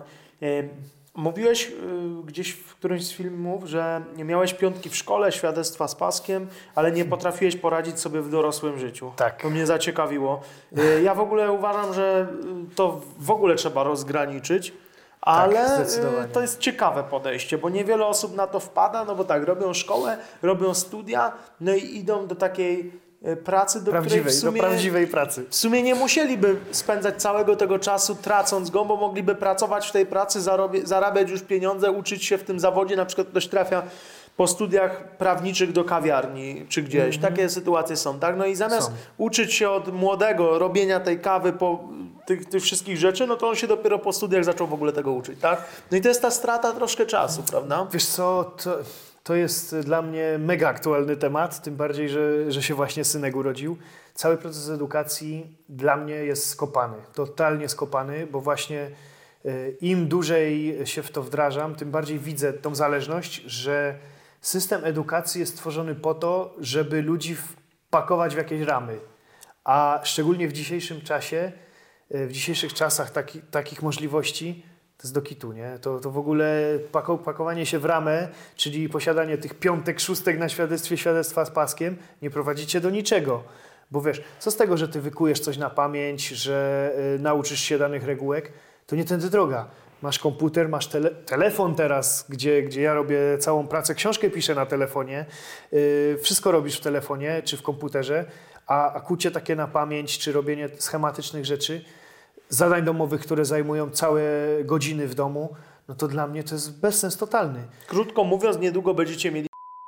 Mówiłeś gdzieś w którymś z filmów, że nie miałeś 5 w szkole, świadectwa z paskiem, ale nie potrafiłeś poradzić sobie w dorosłym życiu. Tak. To mnie zaciekawiło. Ja w ogóle uważam, że to w ogóle trzeba rozgraniczyć, ale zdecydowanie. to jest ciekawe podejście, bo niewiele osób na to wpada, no bo tak, robią szkołę, robią studia, no i idą do takiej pracy, do której w sumie... do prawdziwej pracy. W sumie nie musieliby spędzać całego tego czasu tracąc go, bo mogliby pracować w tej pracy, zarabiać już pieniądze, uczyć się w tym zawodzie. Na przykład ktoś trafia po studiach prawniczych do kawiarni czy gdzieś. Takie sytuacje są, tak? No i zamiast uczyć się od młodego robienia tej kawy, tych wszystkich rzeczy, no to on się dopiero po studiach zaczął w ogóle tego uczyć, tak? No i to jest ta strata troszkę czasu, prawda? Wiesz co, to jest dla mnie mega aktualny temat, tym bardziej, że się właśnie synek urodził. Cały proces edukacji dla mnie jest skopany, totalnie skopany, bo właśnie im dłużej się w to wdrażam, tym bardziej widzę tą zależność, że system edukacji jest stworzony po to, żeby ludzi wpakować w jakieś ramy. A szczególnie w dzisiejszym czasie, w dzisiejszych czasach takich możliwości, to jest do kitu, nie? To w ogóle pakowanie się w ramę, czyli posiadanie tych 5, 6 na świadectwa z paskiem, nie prowadzi cię do niczego. Bo wiesz, co z tego, że ty wykujesz coś na pamięć, że nauczysz się danych regułek, to nie tędy droga. Masz komputer, masz telefon teraz, gdzie ja robię całą pracę, książkę piszę na telefonie, wszystko robisz w telefonie czy w komputerze, a kucie takie na pamięć, czy robienie schematycznych rzeczy, zadań domowych, które zajmują całe godziny w domu, no to dla mnie to jest bezsens totalny. Krótko mówiąc, niedługo będziecie mieli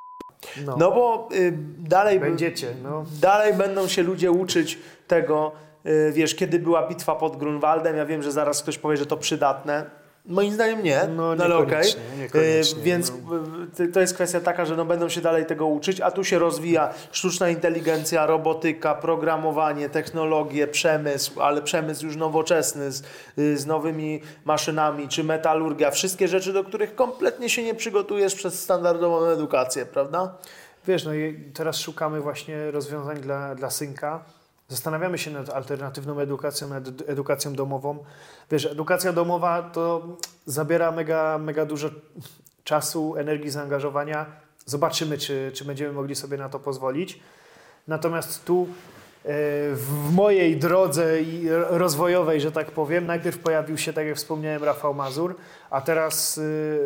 no bo dalej dalej będą się ludzie uczyć tego, wiesz, kiedy była bitwa pod Grunwaldem. Ja wiem, że zaraz ktoś powie, że to przydatne. Moim zdaniem nie, no ale okej. Więc to jest kwestia taka, że będą się dalej tego uczyć, a tu się rozwija sztuczna inteligencja, robotyka, programowanie, technologie, przemysł, ale przemysł już nowoczesny z nowymi maszynami, czy metalurgia, wszystkie rzeczy, do których kompletnie się nie przygotujesz przez standardową edukację, prawda? Wiesz, no i teraz szukamy właśnie rozwiązań dla synka. Zastanawiamy się nad alternatywną edukacją, nad edukacją domową. Wiesz, edukacja domowa to zabiera mega dużo czasu, energii, zaangażowania. Zobaczymy, czy będziemy mogli sobie na to pozwolić. Natomiast tu w mojej drodze rozwojowej, że tak powiem, najpierw pojawił się, tak jak wspomniałem, Rafał Mazur, a teraz,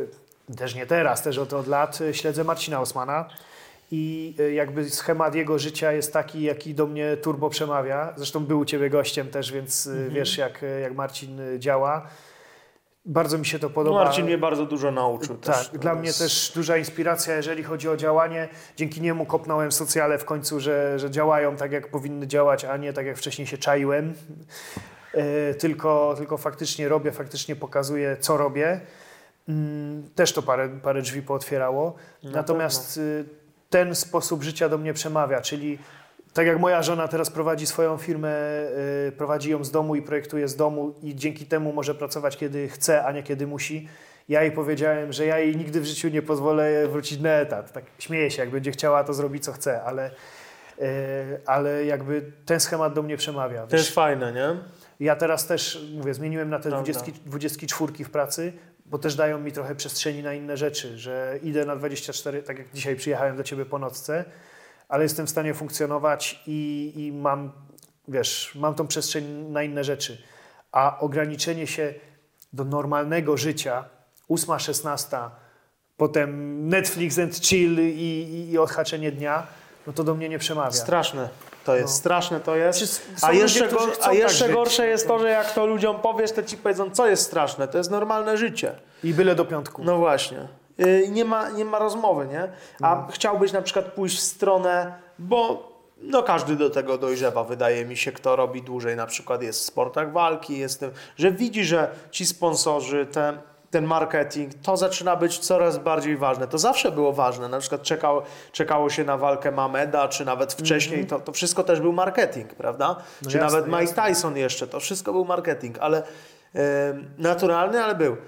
też od lat śledzę Marcina Osmana. I jakby schemat jego życia jest taki, jaki do mnie turbo przemawia. Zresztą był u Ciebie gościem też, więc wiesz, jak Marcin działa. Bardzo mi się to podoba. Marcin mnie bardzo dużo nauczył. Tak, też. dla mnie też duża inspiracja, jeżeli chodzi o działanie. Dzięki niemu kopnąłem socjale w końcu, że działają tak, jak powinny działać, a nie tak, jak wcześniej się czaiłem. Tylko faktycznie robię, faktycznie pokazuję, co robię. Też to parę drzwi pootwierało. Natomiast ten sposób życia do mnie przemawia, czyli tak jak moja żona teraz prowadzi swoją firmę, prowadzi ją z domu i projektuje z domu i dzięki temu może pracować kiedy chce, a nie kiedy musi. Ja jej powiedziałem, że ja jej nigdy w życiu nie pozwolę wrócić na etat. Tak śmieję się, jak będzie chciała, to zrobi co chce, ale jakby ten schemat do mnie przemawia. To jest fajne, nie? Ja teraz też, mówię, zmieniłem na te Prawda. 24 w pracy, bo też dają mi trochę przestrzeni na inne rzeczy, że idę na 24, tak jak dzisiaj przyjechałem do Ciebie po nocce, ale jestem w stanie funkcjonować i mam, wiesz, mam tą przestrzeń na inne rzeczy. A ograniczenie się do normalnego życia, 8-16, potem Netflix and chill i odhaczenie dnia, no to do mnie nie przemawia. Straszne to jest, straszne to jest. Są A jeszcze, ludzie, którzy chcą a tak jeszcze żyć. gorsze jest to, że jak to ludziom powiesz, to ci powiedzą, co jest straszne. To jest normalne życie. I byle do piątku. No właśnie. Nie ma rozmowy, nie? A chciałbyś na przykład pójść w stronę, bo no każdy do tego dojrzewa, wydaje mi się, kto robi dłużej, na przykład jest w sportach walki, że widzi, że ci sponsorzy, ten marketing, to zaczyna być coraz bardziej ważne. To zawsze było ważne. Na przykład czekało się na walkę Mameda, czy nawet wcześniej. To wszystko też był marketing, prawda? No czy jasne, nawet Mike Tyson jeszcze. To wszystko był marketing, ale naturalny, ale był.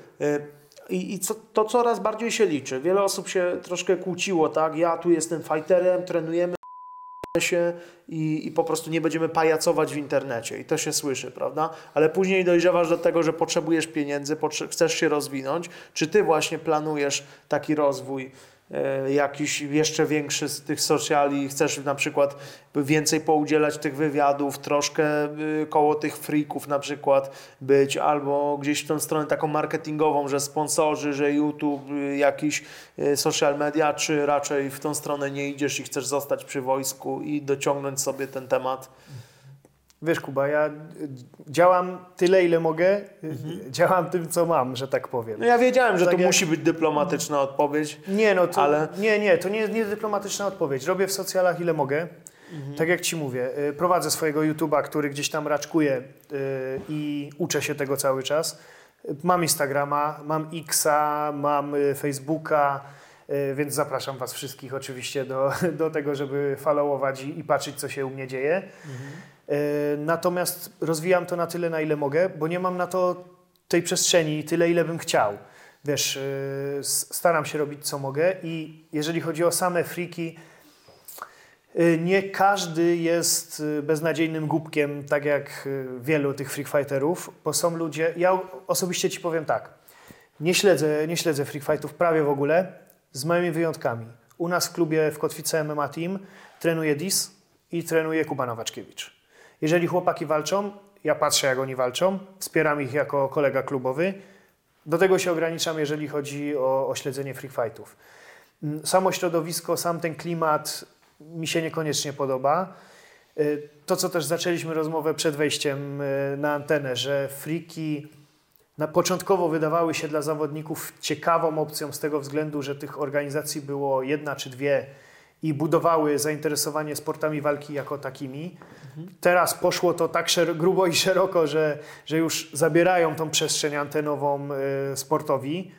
To coraz bardziej się liczy. Wiele osób się troszkę kłóciło, tak? Ja tu jestem fighterem, trenujemy się i po prostu nie będziemy pajacować w internecie. I to się słyszy, prawda? Ale później dojrzewasz do tego, że potrzebujesz pieniędzy, chcesz się rozwinąć. Czy ty właśnie planujesz taki rozwój jakiś jeszcze większy z tych sociali? Chcesz na przykład więcej poudzielać tych wywiadów, troszkę koło tych freaków na przykład być, albo gdzieś w tą stronę taką marketingową, że sponsorzy, że YouTube, jakiś social media, czy raczej w tą stronę nie idziesz i chcesz zostać przy wojsku i dociągnąć sobie ten temat? Wiesz, Kuba, ja działam tyle, ile mogę, działam tym, co mam, że tak powiem. No ja wiedziałem, że Tak to jak- musi być dyplomatyczna odpowiedź. Nie, no to, Ale- nie, to nie dyplomatyczna odpowiedź. Robię w socjalach, ile mogę. Tak jak Ci mówię, prowadzę swojego YouTube'a, który gdzieś tam raczkuje i uczę się tego cały czas. Mam Instagrama, mam Xa, mam Facebooka, więc zapraszam Was wszystkich oczywiście do tego, żeby followować i patrzeć, co się u mnie dzieje. Natomiast rozwijam to na tyle, na ile mogę, bo nie mam na to tej przestrzeni tyle, ile bym chciał. Wiesz, staram się robić, co mogę i jeżeli chodzi o same freaki, nie każdy jest beznadziejnym głupkiem, tak jak wielu tych freak fighterów, bo są ludzie, ja osobiście Ci powiem tak, nie śledzę freak fightów prawie w ogóle, z małymi wyjątkami. U nas w klubie w Kotwice MMA Team trenuje Dis i trenuje Kuba Nowaczkiewicz. Jeżeli chłopaki walczą, ja patrzę, jak oni walczą, wspieram ich jako kolega klubowy. Do tego się ograniczam, jeżeli chodzi o śledzenie freak fightów. Samo środowisko, sam ten klimat mi się niekoniecznie podoba. To, co też zaczęliśmy rozmowę przed wejściem na antenę, że freaki początkowo wydawały się dla zawodników ciekawą opcją z tego względu, że tych organizacji było 1 czy 2 i budowały zainteresowanie sportami walki jako takimi. Teraz poszło to tak grubo i szeroko, że już zabierają tą przestrzeń antenową sportowi.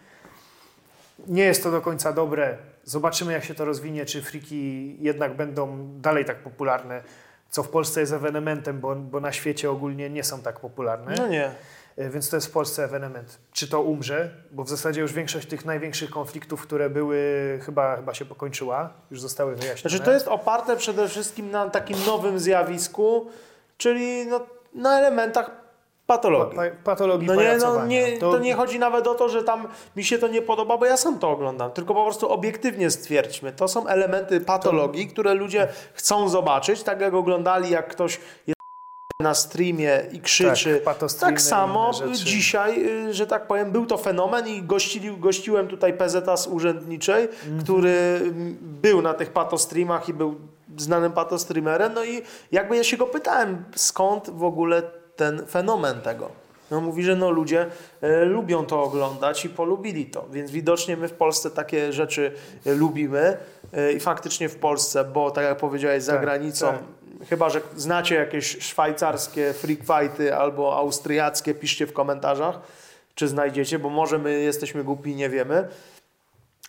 Nie jest to do końca dobre. Zobaczymy, jak się to rozwinie, czy freaki jednak będą dalej tak popularne, co w Polsce jest ewenementem, bo na świecie ogólnie nie są tak popularne. No nie. Więc to jest w Polsce ewenement. Czy to umrze? Bo w zasadzie już większość tych największych konfliktów, które były, chyba się pokończyła, już zostały wyjaśnione. Znaczy to jest oparte przede wszystkim na takim nowym zjawisku, czyli na elementach patologii. Patologii No nie, pajacowania. to nie chodzi nawet o to, że tam mi się to nie podoba, bo ja sam to oglądam, tylko po prostu obiektywnie stwierdźmy. To są elementy patologii, które ludzie chcą zobaczyć, tak jak oglądali, jak ktoś jest na streamie i krzyczy. patostreamy, Tak samo inne rzeczy. dzisiaj, że tak powiem, był to fenomen i gościłem tutaj PZ z urzędniczej, który był na tych patostreamach i był znanym patostreamerem, no i jakby ja się go pytałem, skąd w ogóle ten fenomen tego. No mówi, że ludzie lubią to oglądać i polubili to, więc widocznie my w Polsce takie rzeczy lubimy i faktycznie w Polsce, bo tak jak powiedziałeś, za granicą, chyba że znacie jakieś szwajcarskie freak fighty albo austriackie, piszcie w komentarzach, czy znajdziecie, bo może my jesteśmy głupi i nie wiemy.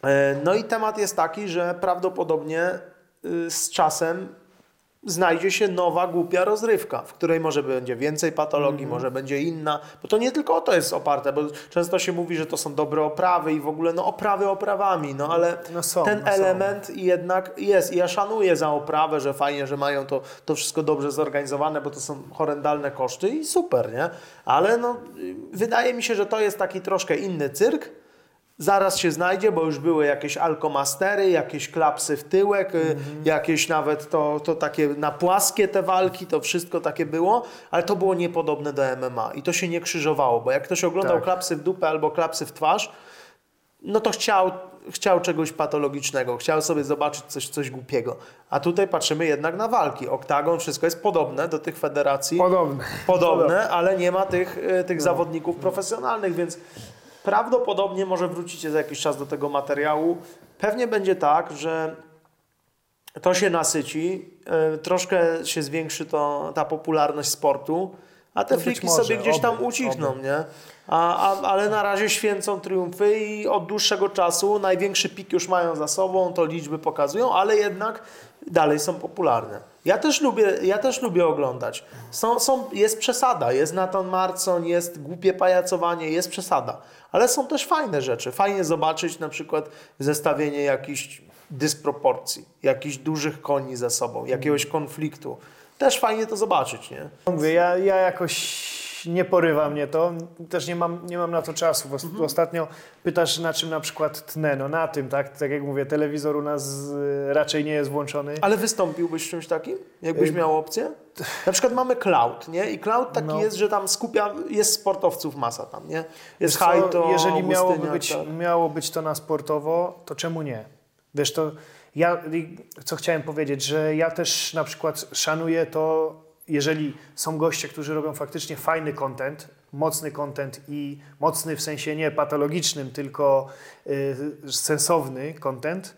No i temat jest taki, że prawdopodobnie z czasem znajdzie się nowa, głupia rozrywka, w której może będzie więcej patologii, może będzie inna, bo to nie tylko o to jest oparte, bo często się mówi, że to są dobre oprawy i w ogóle no oprawy oprawami, no ale ten element jednak jest i ja szanuję za oprawę, że fajnie, że mają to wszystko dobrze zorganizowane, bo to są horrendalne koszty i super, nie? Ale no wydaje mi się, że to jest taki troszkę inny cyrk. Zaraz się znajdzie, bo już były jakieś alkomastery, jakieś klapsy w tyłek, jakieś nawet to takie na płaskie te walki, to wszystko takie było, ale to było niepodobne do MMA i to się nie krzyżowało, bo jak ktoś oglądał klapsy w dupę albo klapsy w twarz, no to chciał czegoś patologicznego, chciał sobie zobaczyć coś głupiego. A tutaj patrzymy jednak na walki. Oktagon, wszystko jest podobne do tych federacji. Podobne, ale nie ma tych zawodników profesjonalnych, więc prawdopodobnie może wrócicie za jakiś czas do tego materiału. Pewnie będzie tak, że to się nasyci, troszkę się zwiększy ta popularność sportu, a te friki sobie gdzieś tam ucichną, nie? Ale na razie święcą triumfy i od dłuższego czasu największy pik już mają za sobą, to liczby pokazują, ale jednak dalej są popularne. Ja też lubię oglądać. Jest przesada, jest Nathan Marson, jest głupie pajacowanie, jest przesada. Ale są też fajne rzeczy. Fajnie zobaczyć na przykład zestawienie jakichś dysproporcji, jakichś dużych koni ze sobą, jakiegoś konfliktu. Też fajnie to zobaczyć, nie? Mówię, ja jakoś nie porywa mnie to. Też nie mam na to czasu. Ostatnio pytasz, na czym na przykład tnę. No na tym, tak? Tak jak mówię, telewizor u nas raczej nie jest włączony. Ale wystąpiłbyś w czymś takim? Jakbyś miał opcję? Na przykład mamy Cloud, nie? I Cloud taki jest, że tam jest sportowców masa tam, nie? Jest hajto, jeżeli miało być to na sportowo, to czemu nie? Wiesz, to co chciałem powiedzieć, że ja też na przykład szanuję to, jeżeli są goście, którzy robią faktycznie fajny content, mocny content i mocny w sensie nie patologicznym, tylko sensowny content,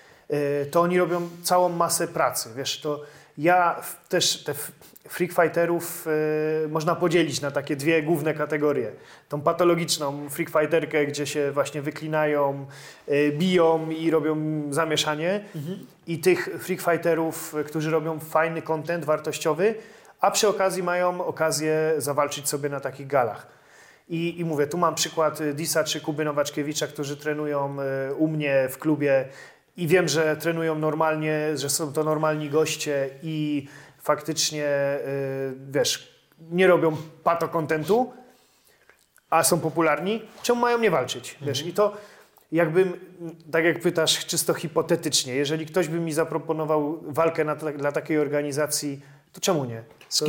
to oni robią całą masę pracy. Wiesz, to ja też te freak fighterów można podzielić na takie dwie główne kategorie. Tą patologiczną freak fighterkę, gdzie się właśnie wyklinają, biją i robią zamieszanie i tych freak fighterów, którzy robią fajny content wartościowy, a przy okazji mają okazję zawalczyć sobie na takich galach. I mówię, tu mam przykład Disa czy Kuby Nowaczkiewicza, którzy trenują u mnie w klubie i wiem, że trenują normalnie, że są to normalni goście i faktycznie, wiesz, nie robią pato-contentu, a są popularni. Czemu mają nie walczyć? Wiesz, i to jakbym, tak jak pytasz czysto hipotetycznie, jeżeli ktoś by mi zaproponował walkę dla takiej organizacji, to czemu nie?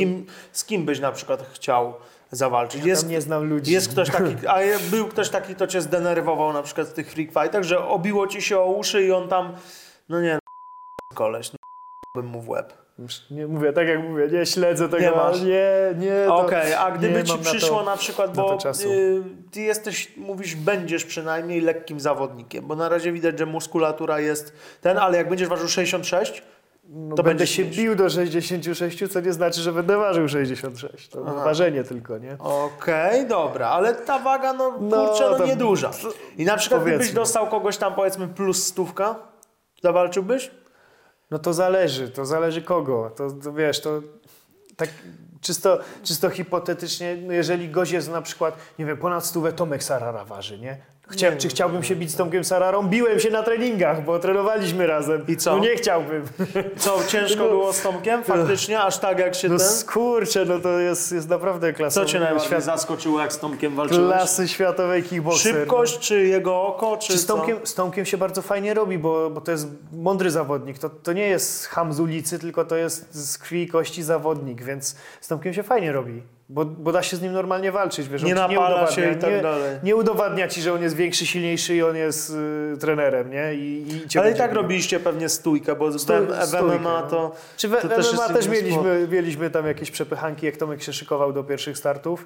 Z kim byś na przykład chciał zawalczyć? Ja tam nie znam ludzi. Jest ktoś taki, był ktoś taki, kto cię zdenerwował na przykład w tych freak fightach, że obiło ci się o uszy i on tam, no nie, koleś, bym mu w łeb. Nie mówię, tak jak mówię, nie śledzę tego. Nie masz? Nie. Okej, a gdyby ci przyszło na przykład, bo ty jesteś, mówisz, będziesz przynajmniej lekkim zawodnikiem, bo na razie widać, że muskulatura jest ale jak będziesz ważył 66, to będę się bił do 66, co nie znaczy, że będę ważył 66. To ważenie tylko, nie? Okej, dobra, ale ta waga, kurczę, nieduża. I na przykład gdybyś dostał kogoś tam, powiedzmy, plus 100, zawalczyłbyś? No to zależy kogo. To wiesz, to tak czysto hipotetycznie, no jeżeli gość jest na przykład, nie wiem, ponad 100 Tomek Sarara waży, nie? Czy chciałbym się bić z Tomkiem Sararą? Biłem się na treningach, bo trenowaliśmy razem. I co? No nie chciałbym. Co, ciężko było z Tomkiem? Faktycznie? Aż tak jak się kurczę, no to jest naprawdę klasa. Co cię najbardziej zaskoczyło, jak z Tomkiem walczyłeś? Klasy światowej kickboxer. Szybkość, czy jego oko, czy z Tomkiem się bardzo fajnie robi, bo to jest mądry zawodnik. To nie jest cham z ulicy, tylko to jest z krwi i kości zawodnik, więc z Tomkiem się fajnie robi. Bo da się z nim normalnie walczyć, wiesz, nie napala się i tak dalej. Nie udowadnia ci, że on jest większy, silniejszy i on jest trenerem, nie? Ale i tak robiliście pewnie stójkę, bo w MMA to... Czy w MMA też mieliśmy tam jakieś przepychanki, jak Tomek się szykował do pierwszych startów.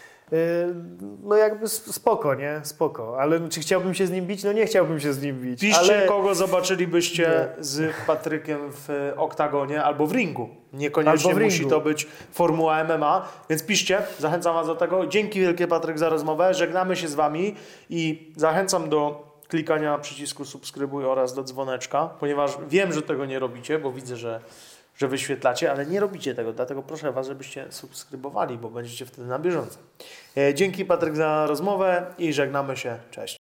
No jakby spoko, nie? Spoko. Ale czy chciałbym się z nim bić? No nie chciałbym się z nim bić. Piszcie, kogo zobaczylibyście z Patrykiem w oktagonie albo w ringu. Niekoniecznie musi to być formuła MMA, więc piszcie. Zachęcam was do tego. Dzięki wielkie, Patryk, za rozmowę. Żegnamy się z wami i zachęcam do klikania przycisku subskrybuj oraz do dzwoneczka, ponieważ wiem, że tego nie robicie, bo widzę, że wyświetlacie, ale nie robicie tego, dlatego proszę Was, żebyście subskrybowali, bo będziecie wtedy na bieżąco. Dzięki Patryk za rozmowę i żegnamy się. Cześć.